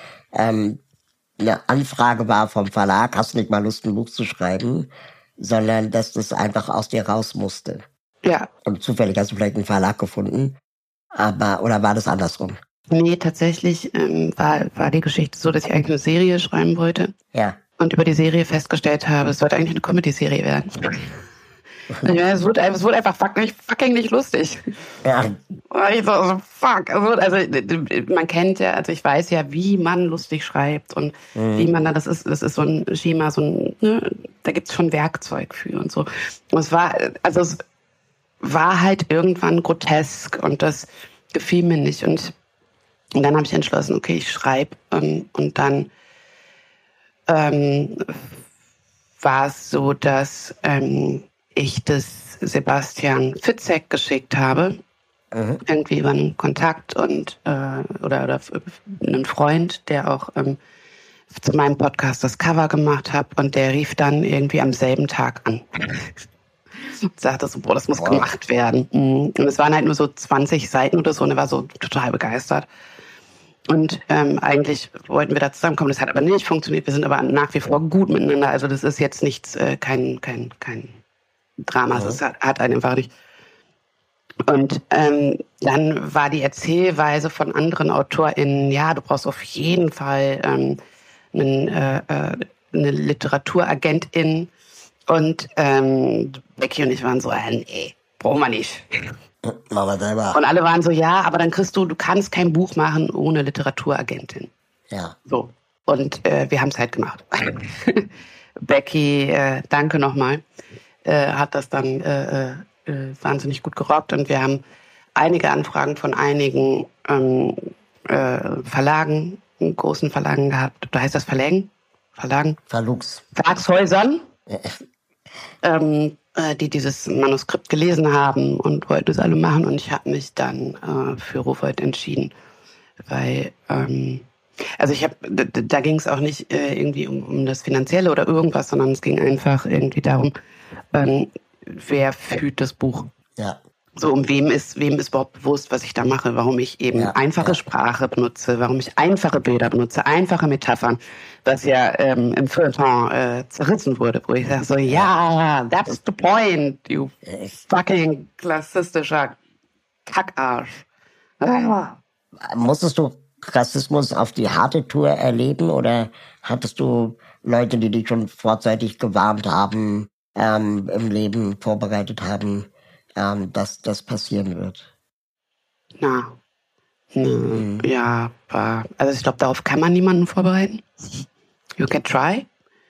Speaker 3: eine Anfrage war vom Verlag, hast du nicht mal Lust, ein Buch zu schreiben, sondern dass das einfach aus dir raus musste.
Speaker 4: Ja.
Speaker 3: Und zufällig hast du vielleicht einen Verlag gefunden, oder war das andersrum?
Speaker 4: Nee, tatsächlich war die Geschichte so, dass ich eigentlich eine Serie schreiben wollte.
Speaker 3: Ja.
Speaker 4: Und über die Serie festgestellt habe, es sollte eigentlich eine Comedy-Serie werden. Es wurde einfach fucking nicht lustig.
Speaker 3: Ja.
Speaker 4: Ich so, fuck. Also man kennt ja, also ich weiß ja, wie man lustig schreibt und wie man das ist so ein Schema, da gibt's schon Werkzeug für und so. Und es war halt irgendwann grotesk und das gefiel mir nicht. Und dann habe ich entschlossen, okay, ich schreibe und dann war es so, dass ich das Sebastian Fitzek geschickt habe, irgendwie über einen Kontakt und oder einen Freund, der auch zu meinem Podcast das Cover gemacht hat und der rief dann irgendwie am selben Tag an. Und sagte so, das muss gemacht werden. Und es waren halt nur so 20 Seiten oder so und er war so total begeistert. Und eigentlich wollten wir da zusammenkommen, das hat aber nicht funktioniert. Wir sind aber nach wie vor gut miteinander. Also das ist jetzt nichts, kein Drama. Das hat einen einfach nicht. Und dann war die Erzählweise von anderen AutorInnen, ja, du brauchst auf jeden Fall eine Literaturagentin. Und Becky und ich waren so, nee, brauchen wir nicht.
Speaker 3: Aber selber.
Speaker 4: Und alle waren so, ja, aber dann du kannst kein Buch machen ohne Literaturagentin.
Speaker 3: Ja.
Speaker 4: So. Und wir haben es halt gemacht. Becky, danke nochmal, hat das dann wahnsinnig gut gerockt und wir haben einige Anfragen von einigen Verlagen, großen Verlagen gehabt. Da heißt das Verlagen? Verlagshäusern. Die dieses Manuskript gelesen haben und wollten es alle machen. Und ich habe mich dann für Rowohlt entschieden. Weil, da ging es auch nicht irgendwie um das Finanzielle oder irgendwas, sondern es ging einfach irgendwie darum, wer fühlt das Buch.
Speaker 3: Ja.
Speaker 4: So, wem ist überhaupt bewusst, was ich da mache, warum ich eben einfache Sprache benutze, warum ich einfache Bilder benutze, einfache Metaphern, was ja im Feuilleton zerrissen wurde, wo ich sage so, ja, that's the point, you fucking klassistischer Kackarsch.
Speaker 3: Musstest du Rassismus auf die harte Tour erleben oder hattest du Leute, die dich schon vorzeitig gewarnt haben? im Leben vorbereitet haben, dass das passieren wird.
Speaker 4: Ja, also ich glaube, darauf kann man niemanden vorbereiten. You can try.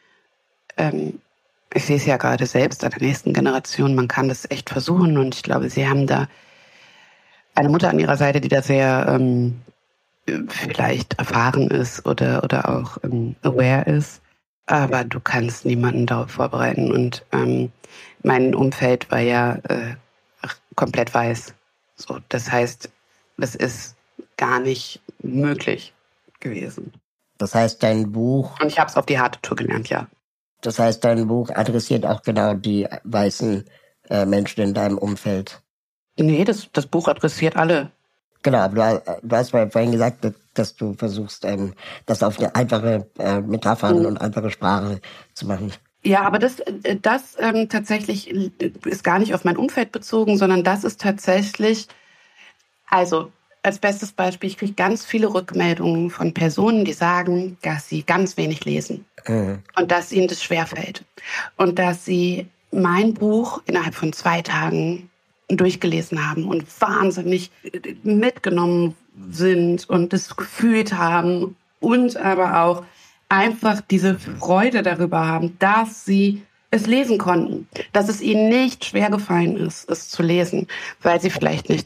Speaker 4: Ich sehe es ja gerade selbst an der nächsten Generation, man kann das echt versuchen und ich glaube, sie haben da eine Mutter an ihrer Seite, die da sehr vielleicht erfahren ist oder auch aware ist, aber du kannst niemanden darauf vorbereiten und mein Umfeld war ja komplett weiß. So, das heißt, das ist gar nicht möglich gewesen.
Speaker 3: Das heißt, dein Buch...
Speaker 4: Und ich habe es auf die harte Tour gelernt, ja.
Speaker 3: Das heißt, dein Buch adressiert auch genau die weißen Menschen in deinem Umfeld.
Speaker 4: Nee, das Buch adressiert alle.
Speaker 3: Genau, aber du hast vorhin gesagt, dass du versuchst, das auf eine einfache Metaphern und einfache Sprache zu machen.
Speaker 4: Ja, aber das tatsächlich ist gar nicht auf mein Umfeld bezogen, sondern das ist tatsächlich, also als bestes Beispiel, ich kriege ganz viele Rückmeldungen von Personen, die sagen, dass sie ganz wenig lesen und dass ihnen das schwerfällt und dass sie mein Buch innerhalb von 2 Tagen durchgelesen haben und wahnsinnig mitgenommen sind und das gefühlt haben und aber auch einfach diese Freude darüber haben, dass sie es lesen konnten, dass es ihnen nicht schwer gefallen ist, es zu lesen, weil sie vielleicht nicht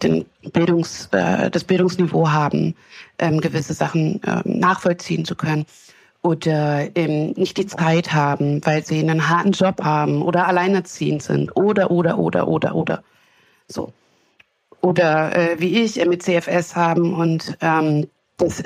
Speaker 4: das Bildungsniveau haben, gewisse Sachen nachvollziehen zu können oder nicht die Zeit haben, weil sie einen harten Job haben oder alleinerziehend sind oder. So. Oder wie ich mit CFS haben und das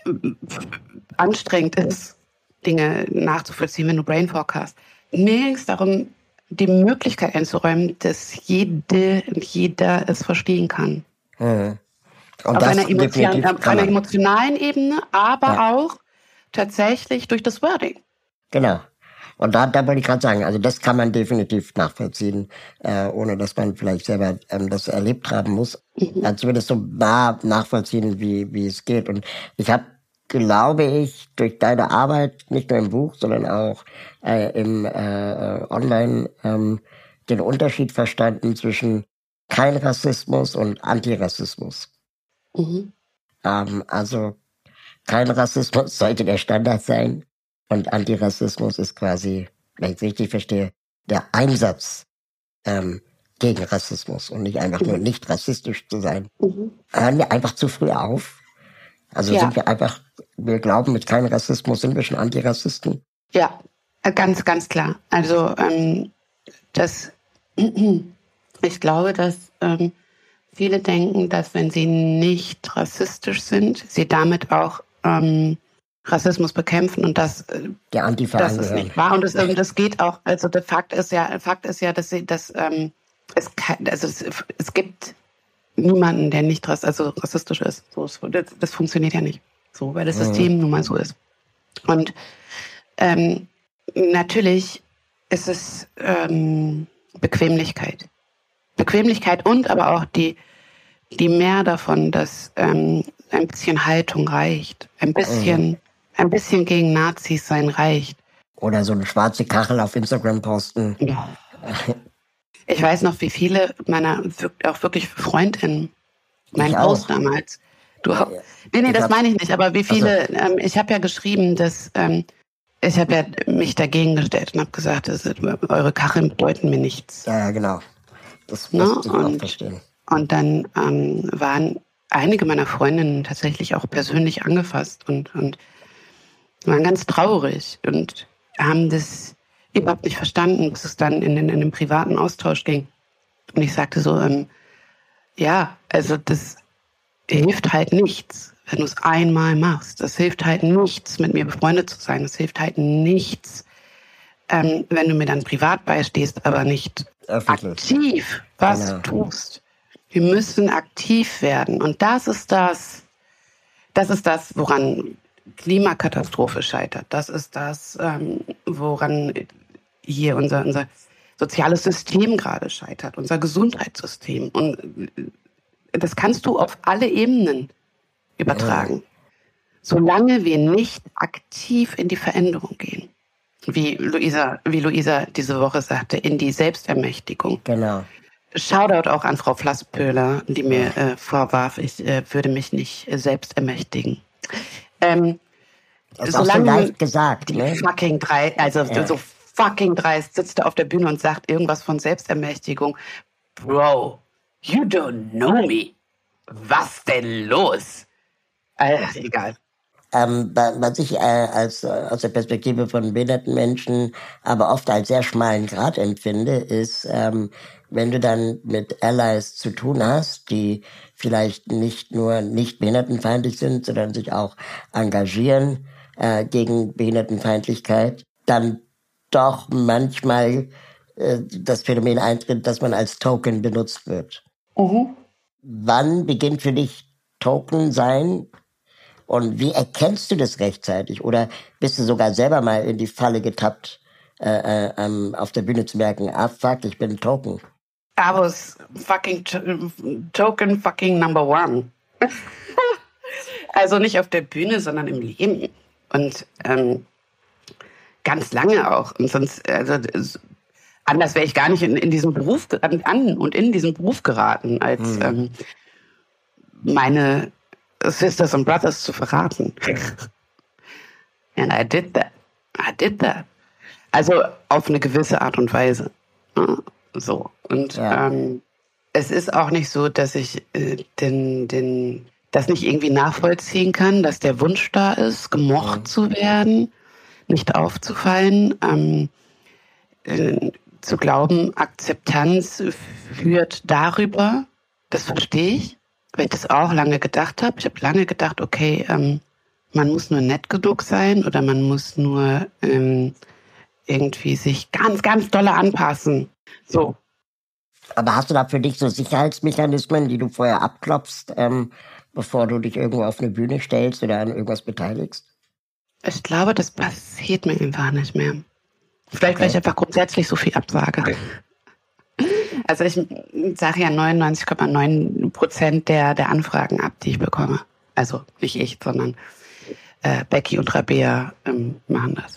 Speaker 4: anstrengend ist, Dinge nachzuvollziehen, wenn du Brain Fog hast. Mir ging es darum, die Möglichkeit einzuräumen, dass jeder es verstehen kann.
Speaker 3: Und
Speaker 4: auf einer emotionalen Ebene, aber auch tatsächlich durch das Wording.
Speaker 3: Genau. Und da wollte ich gerade sagen, also das kann man definitiv nachvollziehen, ohne dass man vielleicht selber das erlebt haben muss. Zumindest so nah nachvollziehen, wie es geht. Und ich habe, glaube ich, durch deine Arbeit, nicht nur im Buch, sondern auch im Online, den Unterschied verstanden zwischen kein Rassismus und Antirassismus. Also kein Rassismus sollte der Standard sein. Und Antirassismus ist quasi, wenn ich es richtig verstehe, der Einsatz gegen Rassismus und nicht einfach nur nicht rassistisch zu sein. Hören wir einfach zu früh auf? Also sind wir glauben, mit keinem Rassismus sind wir schon Antirassisten?
Speaker 4: Ja, ganz, ganz klar. Also ich glaube, dass viele denken, dass wenn sie nicht rassistisch sind, sie damit auch Rassismus bekämpfen und das ist nicht wahr. Und das geht auch. Also der Fakt ist ja, dass es gibt niemanden, der nicht rassistisch ist. So, das funktioniert ja nicht. So, weil das System nun mal so ist. Und natürlich ist es Bequemlichkeit. Bequemlichkeit und aber auch die mehr davon, dass ein bisschen Haltung reicht. Ein bisschen gegen Nazis sein reicht.
Speaker 3: Oder so eine schwarze Kachel auf Instagram posten.
Speaker 4: Ja. Ich weiß noch, wie viele meiner auch wirklich Freundinnen, mein Haus damals. Das meine ich nicht, aber wie viele, ich habe ja geschrieben, dass ich habe ja mich dagegen gestellt und habe gesagt, eure Kacheln bedeuten mir nichts.
Speaker 3: Ja, genau. Das muss ich auch verstehen.
Speaker 4: Und dann waren einige meiner Freundinnen tatsächlich auch persönlich angefasst und waren ganz traurig und haben das überhaupt nicht verstanden, bis es dann in den privaten Austausch ging. Und ich sagte so, also das hilft halt nichts, wenn du es einmal machst. Das hilft halt nichts, mit mir befreundet zu sein. Das hilft halt nichts, wenn du mir dann privat beistehst, aber nicht aktiv was tust. Wir müssen aktiv werden. Und das ist das, woran Klimakatastrophe scheitert. Das ist das, woran hier unser soziales System gerade scheitert, unser Gesundheitssystem. Und das kannst du auf alle Ebenen übertragen. Solange wir nicht aktiv in die Veränderung gehen. wie Luisa diese Woche sagte, in die Selbstermächtigung.
Speaker 3: Genau.
Speaker 4: Shoutout auch an Frau Flasspöhler, die mir vorwarf, ich würde mich nicht selbst ermächtigen.
Speaker 3: Das ist auch so leicht gesagt,
Speaker 4: die
Speaker 3: ne?
Speaker 4: fucking so fucking dreist sitzt er auf der Bühne und sagt irgendwas von Selbstermächtigung. Bro, you don't know me. Was denn los? Egal.
Speaker 3: Was ich aus der Perspektive von behinderten Menschen aber oft als sehr schmalen Grat empfinde, ist, wenn du dann mit Allies zu tun hast, die vielleicht nicht nur nicht behindertenfeindlich sind, sondern sich auch engagieren gegen Behindertenfeindlichkeit, dann doch manchmal das Phänomen eintritt, dass man als Token benutzt wird. Wann beginnt für dich Token sein? Und wie erkennst du das rechtzeitig? Oder bist du sogar selber mal in die Falle getappt, auf der Bühne zu merken, fuck, ich bin ein Token?
Speaker 4: I was fucking Token fucking number one. Also nicht auf der Bühne, sondern im Leben. Und ganz lange auch. Und sonst, anders wäre ich gar nicht in diesen Beruf in diesen Beruf geraten, als meine Sisters and Brothers zu verraten. And I did that. Also auf eine gewisse Art und Weise. So. Und es ist auch nicht so, dass ich das nicht irgendwie nachvollziehen kann, dass der Wunsch da ist, gemocht zu werden, nicht aufzufallen, zu glauben, Akzeptanz führt darüber. Das verstehe ich, weil ich das auch lange gedacht habe. Ich habe lange gedacht, okay, man muss nur nett genug sein oder man muss nur irgendwie sich ganz, ganz doll anpassen. So.
Speaker 3: Aber hast du da für dich so Sicherheitsmechanismen, die du vorher abklopfst, bevor du dich irgendwo auf eine Bühne stellst oder an irgendwas beteiligst?
Speaker 4: Ich glaube, das passiert mir einfach nicht mehr. Vielleicht, weil ich einfach grundsätzlich so viel absage. Also ich sage ja 99,9% der Anfragen ab, die ich bekomme. Also nicht ich, sondern Becky und Rabea machen das.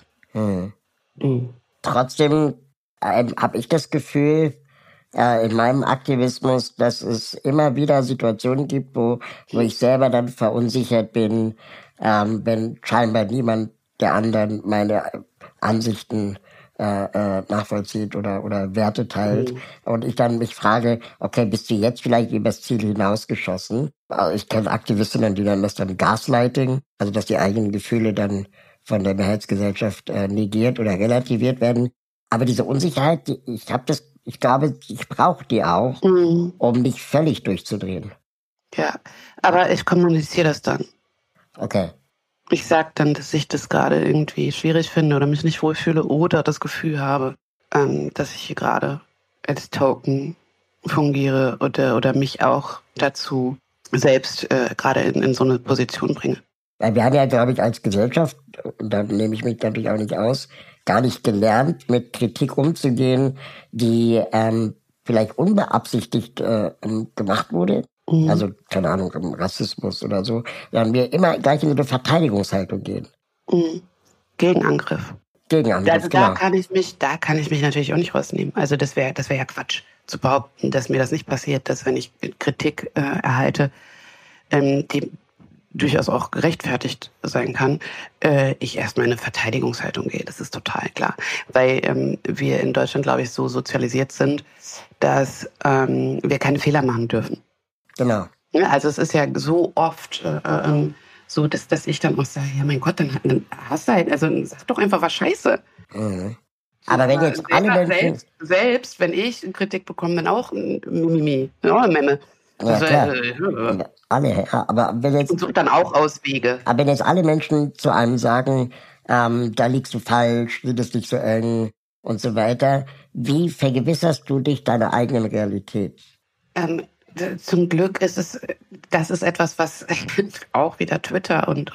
Speaker 3: Trotzdem habe ich das Gefühl, in meinem Aktivismus, dass es immer wieder Situationen gibt, wo ich selber dann verunsichert bin, wenn scheinbar niemand der anderen meine Ansichten nachvollzieht oder Werte teilt. Und ich dann mich frage, okay, bist du jetzt vielleicht übers Ziel hinausgeschossen? Ich kenne Aktivistinnen, die dann das dann Gaslighting, also dass die eigenen Gefühle dann von der Mehrheitsgesellschaft negiert oder relativiert werden. Aber diese Unsicherheit, ich glaube, ich brauche die auch, um nicht völlig durchzudrehen.
Speaker 4: Ja, aber ich kommuniziere das dann.
Speaker 3: Okay.
Speaker 4: Ich sage dann, dass ich das gerade irgendwie schwierig finde oder mich nicht wohlfühle oder das Gefühl habe, dass ich hier gerade als Token fungiere oder mich auch dazu selbst gerade in so eine Position bringe.
Speaker 3: Wir haben ja, glaube ich, als Gesellschaft, und da nehme ich mich natürlich auch nicht aus, gar nicht gelernt, mit Kritik umzugehen, die vielleicht unbeabsichtigt gemacht wurde. Also, keine Ahnung, Rassismus oder so. Dann wir immer gleich in eine Verteidigungshaltung gehen.
Speaker 4: Gegenangriff.
Speaker 3: Also
Speaker 4: da kann ich mich natürlich auch nicht rausnehmen. Also das wäre ja Quatsch, zu behaupten, dass mir das nicht passiert, dass wenn ich Kritik erhalte, die durchaus auch gerechtfertigt sein kann, ich erstmal in eine Verteidigungshaltung gehe. Das ist total klar. Weil wir in Deutschland, glaube ich, so sozialisiert sind, dass wir keine Fehler machen dürfen.
Speaker 3: Genau.
Speaker 4: Ja, also es ist ja so oft so, dass ich dann auch sage, ja mein Gott, dann hast du halt, also sag doch einfach was Scheiße.
Speaker 3: Aber wenn jetzt alle Menschen...
Speaker 4: Selbst wenn ich Kritik bekomme, dann auch Mimimi, Memme.
Speaker 3: Ja, klar. Alle, ja, aber wenn jetzt...
Speaker 4: Und sucht dann auch Auswege.
Speaker 3: Aber wenn jetzt alle Menschen zu einem sagen, da liegst du falsch, sieh das nicht so eng und so weiter, wie vergewisserst du dich deiner eigenen Realität?
Speaker 4: Zum Glück das ist etwas, was auch wieder Twitter und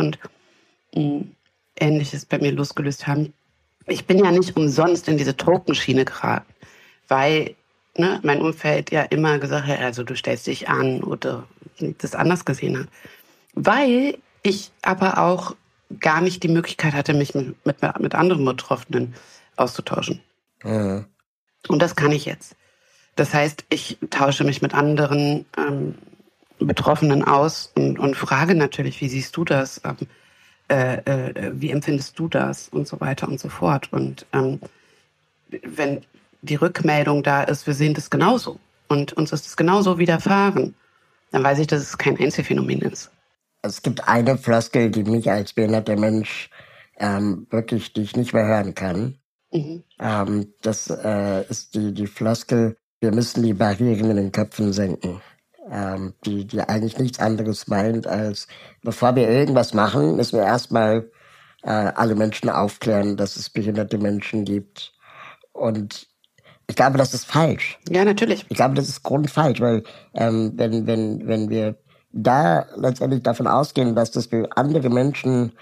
Speaker 4: Ähnliches bei mir losgelöst haben. Ich bin ja nicht umsonst in diese Tokenschiene geraten, weil mein Umfeld ja immer gesagt hat, also du stellst dich an oder das anders gesehen hat. Weil ich aber auch gar nicht die Möglichkeit hatte, mich mit anderen Betroffenen auszutauschen.
Speaker 3: Mhm.
Speaker 4: Und das kann ich jetzt. Das heißt, ich tausche mich mit anderen Betroffenen aus und frage natürlich, wie siehst du das? Wie empfindest du das? Und so weiter und so fort. Und wenn die Rückmeldung da ist, wir sehen das genauso und uns ist es genauso widerfahren, dann weiß ich, dass es kein Einzelfenomen ist.
Speaker 3: Es gibt eine Floskel, die mich als behinderter Mensch wirklich, die ich nicht mehr hören kann.
Speaker 4: Mhm.
Speaker 3: Das ist die Floskel, wir müssen die Barrieren in den Köpfen senken. Die eigentlich nichts anderes meint, als bevor wir irgendwas machen, müssen wir erstmal alle Menschen aufklären, dass es behinderte Menschen gibt. Und ich glaube, das ist falsch.
Speaker 4: Ja, natürlich.
Speaker 3: Ich glaube, das ist grundfalsch, weil wenn wir da letztendlich davon ausgehen, dass das für andere Menschen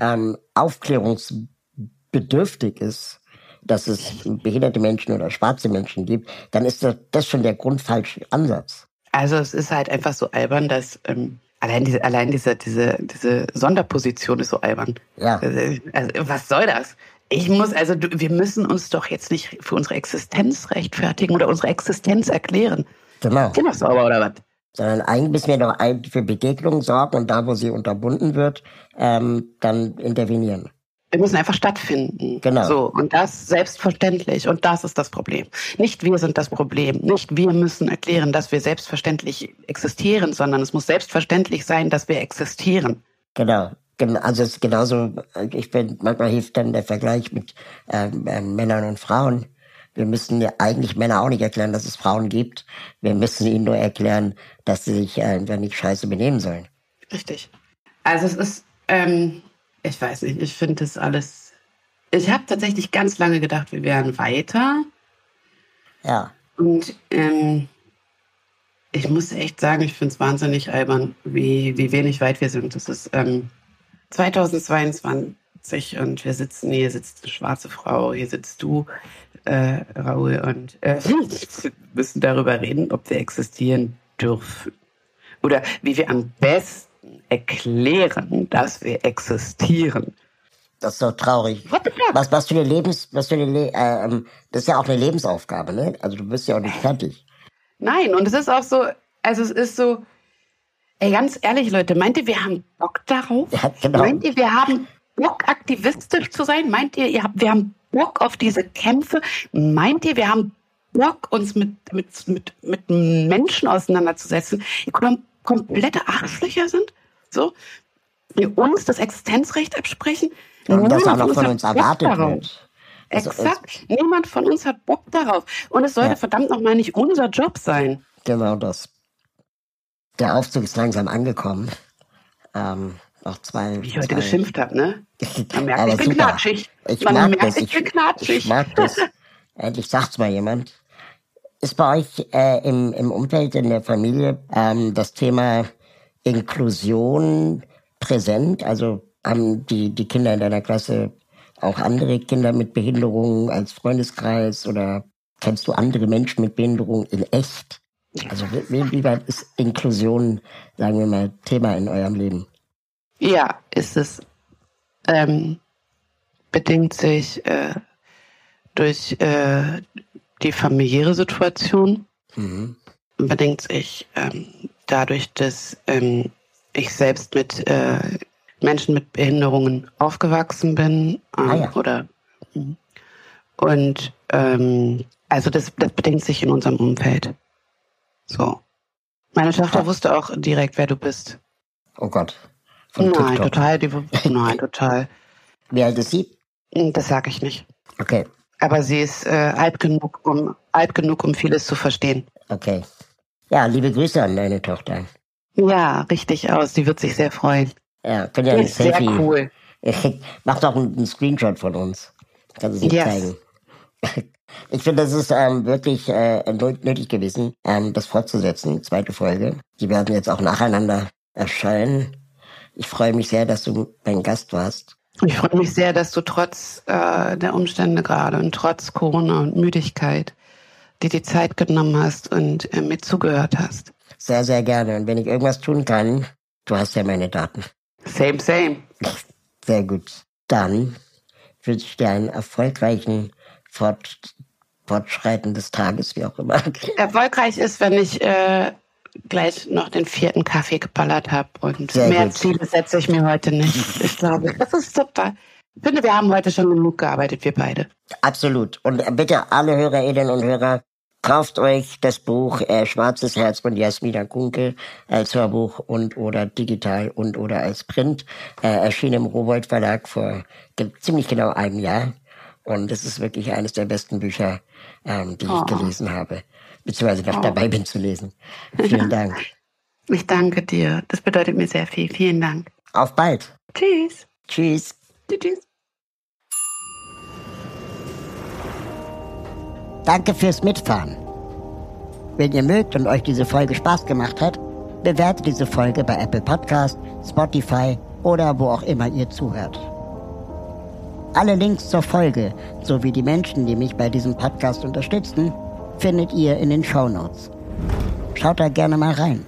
Speaker 3: aufklärungsbedürftig ist, dass es behinderte Menschen oder schwarze Menschen gibt, dann ist das schon der grundfalsche Ansatz.
Speaker 4: Also es ist halt einfach so albern, dass allein diese Sonderposition ist so albern.
Speaker 3: Ja.
Speaker 4: Also, was soll das? Wir müssen uns doch jetzt nicht für unsere Existenz rechtfertigen oder unsere Existenz erklären.
Speaker 3: Genau.
Speaker 4: Ist das sauber oder was?
Speaker 3: Sondern eigentlich müssen wir doch für Begegnungen sorgen und da, wo sie unterbunden wird, dann intervenieren.
Speaker 4: Wir müssen einfach stattfinden.
Speaker 3: Genau.
Speaker 4: So, und das selbstverständlich. Und das ist das Problem. Nicht wir sind das Problem. Nicht wir müssen erklären, dass wir selbstverständlich existieren, sondern es muss selbstverständlich sein, dass wir existieren.
Speaker 3: Genau. Also es ist genauso, ich finde, manchmal hilft dann der Vergleich mit Männern und Frauen. Wir müssen ja eigentlich Männer auch nicht erklären, dass es Frauen gibt. Wir müssen ihnen nur erklären, dass sie sich einfach nicht scheiße benehmen sollen.
Speaker 4: Richtig. Also es ist, ich weiß nicht, ich finde das alles... Ich habe tatsächlich ganz lange gedacht, wir wären weiter.
Speaker 3: Ja.
Speaker 4: Und ich muss echt sagen, ich finde es wahnsinnig albern, wie wenig weit wir sind. Das ist 2022 und wir sitzen, hier sitzt eine schwarze Frau, hier sitzt du, Raoul, und wir müssen darüber reden, ob wir existieren dürfen. Oder wie wir am besten erklären, dass wir existieren.
Speaker 3: Das ist so traurig.
Speaker 4: What the fuck?
Speaker 3: Das ist ja auch eine Lebensaufgabe, ne? Also du bist ja auch nicht fertig.
Speaker 4: Nein, und es ist auch so, also es ist so, ey, ganz ehrlich, Leute, meint ihr, wir haben Bock darauf?
Speaker 3: Ja, genau.
Speaker 4: Meint ihr, wir haben Bock, aktivistisch zu sein? Meint ihr, wir haben Bock auf diese Kämpfe? Meint ihr, wir haben Bock, uns mit Menschen auseinanderzusetzen, die komplette Arschlöcher sind? So? Die uns das Existenzrecht absprechen?
Speaker 3: Und das auch noch
Speaker 4: Niemand
Speaker 3: von uns
Speaker 4: hat Bock
Speaker 3: erwartet
Speaker 4: darauf.
Speaker 3: wird.
Speaker 4: Exakt. Niemand von uns hat Bock darauf. Und es sollte verdammt nochmal nicht unser Job sein.
Speaker 3: Genau das. Der Aufzug ist langsam angekommen. Noch
Speaker 4: Wie ich heute geschimpft habe, ne? Man merkt,
Speaker 3: Aber
Speaker 4: ich bin
Speaker 3: super.
Speaker 4: knatschig.
Speaker 3: Ich
Speaker 4: Man
Speaker 3: mag
Speaker 4: merkt,
Speaker 3: das.
Speaker 4: ich bin knatschig.
Speaker 3: Ich mag das. Endlich sagt's mal jemand. Ist bei euch im Umfeld, in der Familie, das Thema Inklusion präsent? Also haben die Kinder in deiner Klasse auch andere Kinder mit Behinderungen als Freundeskreis oder kennst du andere Menschen mit Behinderung in echt? Also wie weit ist Inklusion, sagen wir mal, Thema in eurem Leben?
Speaker 4: Ja, ist es. Bedingt sich durch die familiäre Situation.
Speaker 3: Mhm.
Speaker 4: Bedingt sich dadurch, dass ich selbst mit Menschen mit Behinderungen aufgewachsen bin. Und also das bedingt sich in unserem Umfeld. So. Meine Tochter wusste auch direkt, wer du bist.
Speaker 3: Oh Gott. Von
Speaker 4: Nein,
Speaker 3: TikTok.
Speaker 4: total. Nein, total.
Speaker 3: Wie alt ist sie?
Speaker 4: Das sage ich nicht.
Speaker 3: Okay,
Speaker 4: Aber sie ist alt genug, um vieles zu verstehen.
Speaker 3: okay. Ja, liebe Grüße an deine Tochter.
Speaker 4: Ja, richtig aus. Sie wird sich sehr freuen.
Speaker 3: Ja, könnt ihr
Speaker 4: Die
Speaker 3: ein
Speaker 4: ist sehr
Speaker 3: Selfie.
Speaker 4: cool.
Speaker 3: Mach doch einen Screenshot von uns. Kannst du es
Speaker 4: Yes.
Speaker 3: zeigen. Ich finde, das ist wirklich nötig gewesen, das fortzusetzen. Zweite Folge. Die werden jetzt auch nacheinander erscheinen. Ich freue mich sehr, dass du mein Gast warst.
Speaker 4: Ich freue mich sehr, dass du trotz der Umstände gerade und trotz Corona und Müdigkeit dir die Zeit genommen hast und mir zugehört hast.
Speaker 3: Sehr, sehr gerne. Und wenn ich irgendwas tun kann, du hast ja meine Daten.
Speaker 4: Same, same.
Speaker 3: Sehr gut. Dann wünsche ich dir einen erfolgreichen Fortschreiten des Tages, wie auch immer.
Speaker 4: Erfolgreich ist, wenn ich gleich noch den 4. Kaffee geballert habe. Und
Speaker 3: Sehr
Speaker 4: mehr
Speaker 3: gut.
Speaker 4: Ziele setze ich mir heute nicht. Ich glaube, das ist super. Ich finde, wir haben heute schon genug gearbeitet, wir beide.
Speaker 3: Absolut. Und bitte alle Hörerinnen und Hörer, kauft euch das Buch Schwarzes Herz von Jasmina Kunkel als Hörbuch und oder digital und oder als Print. Erschien im Rowohlt Verlag vor ziemlich genau einem Jahr. Und es ist wirklich eines der besten Bücher, die ich gelesen habe. Beziehungsweise noch dabei bin zu lesen. Vielen Dank.
Speaker 4: Ich danke dir. Das bedeutet mir sehr viel. Vielen Dank.
Speaker 3: Auf bald.
Speaker 4: Tschüss.
Speaker 3: Tschüss.
Speaker 4: Tschüss.
Speaker 3: Danke fürs Mitfahren. Wenn ihr mögt und euch diese Folge Spaß gemacht hat, bewertet diese Folge bei Apple Podcast, Spotify oder wo auch immer ihr zuhört. Alle Links zur Folge sowie die Menschen, die mich bei diesem Podcast unterstützen, findet ihr in den Shownotes. Schaut da gerne mal rein.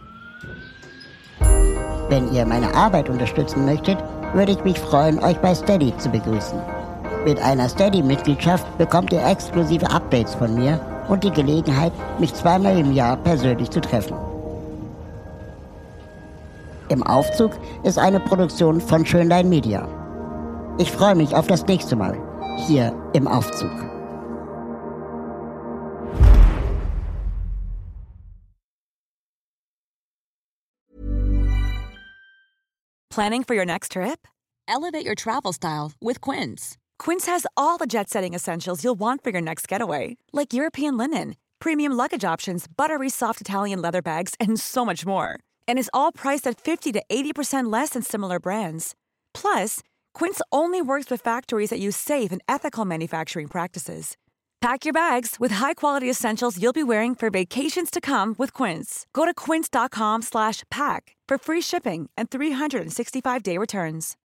Speaker 3: Wenn ihr meine Arbeit unterstützen möchtet, würde ich mich freuen, euch bei Steady zu begrüßen. Mit einer Steady-Mitgliedschaft bekommt ihr exklusive Updates von mir und die Gelegenheit, mich 2-mal im Jahr persönlich zu treffen. Im Aufzug ist eine Produktion von Schönlein Media. Ich freue mich auf das nächste Mal, hier im Aufzug.
Speaker 5: Planning for your next trip? Elevate your travel style with Quince. Quince has all the jet-setting essentials you'll want for your next getaway, like European linen, premium luggage options, buttery soft Italian leather bags, and so much more. And is all priced at 50 to 80% less than similar brands. Plus, Quince only works with factories that use safe and ethical manufacturing practices. Pack your bags with high-quality essentials you'll be wearing for vacations to come with Quince. Go to quince.com/pack for free shipping and 365-day returns.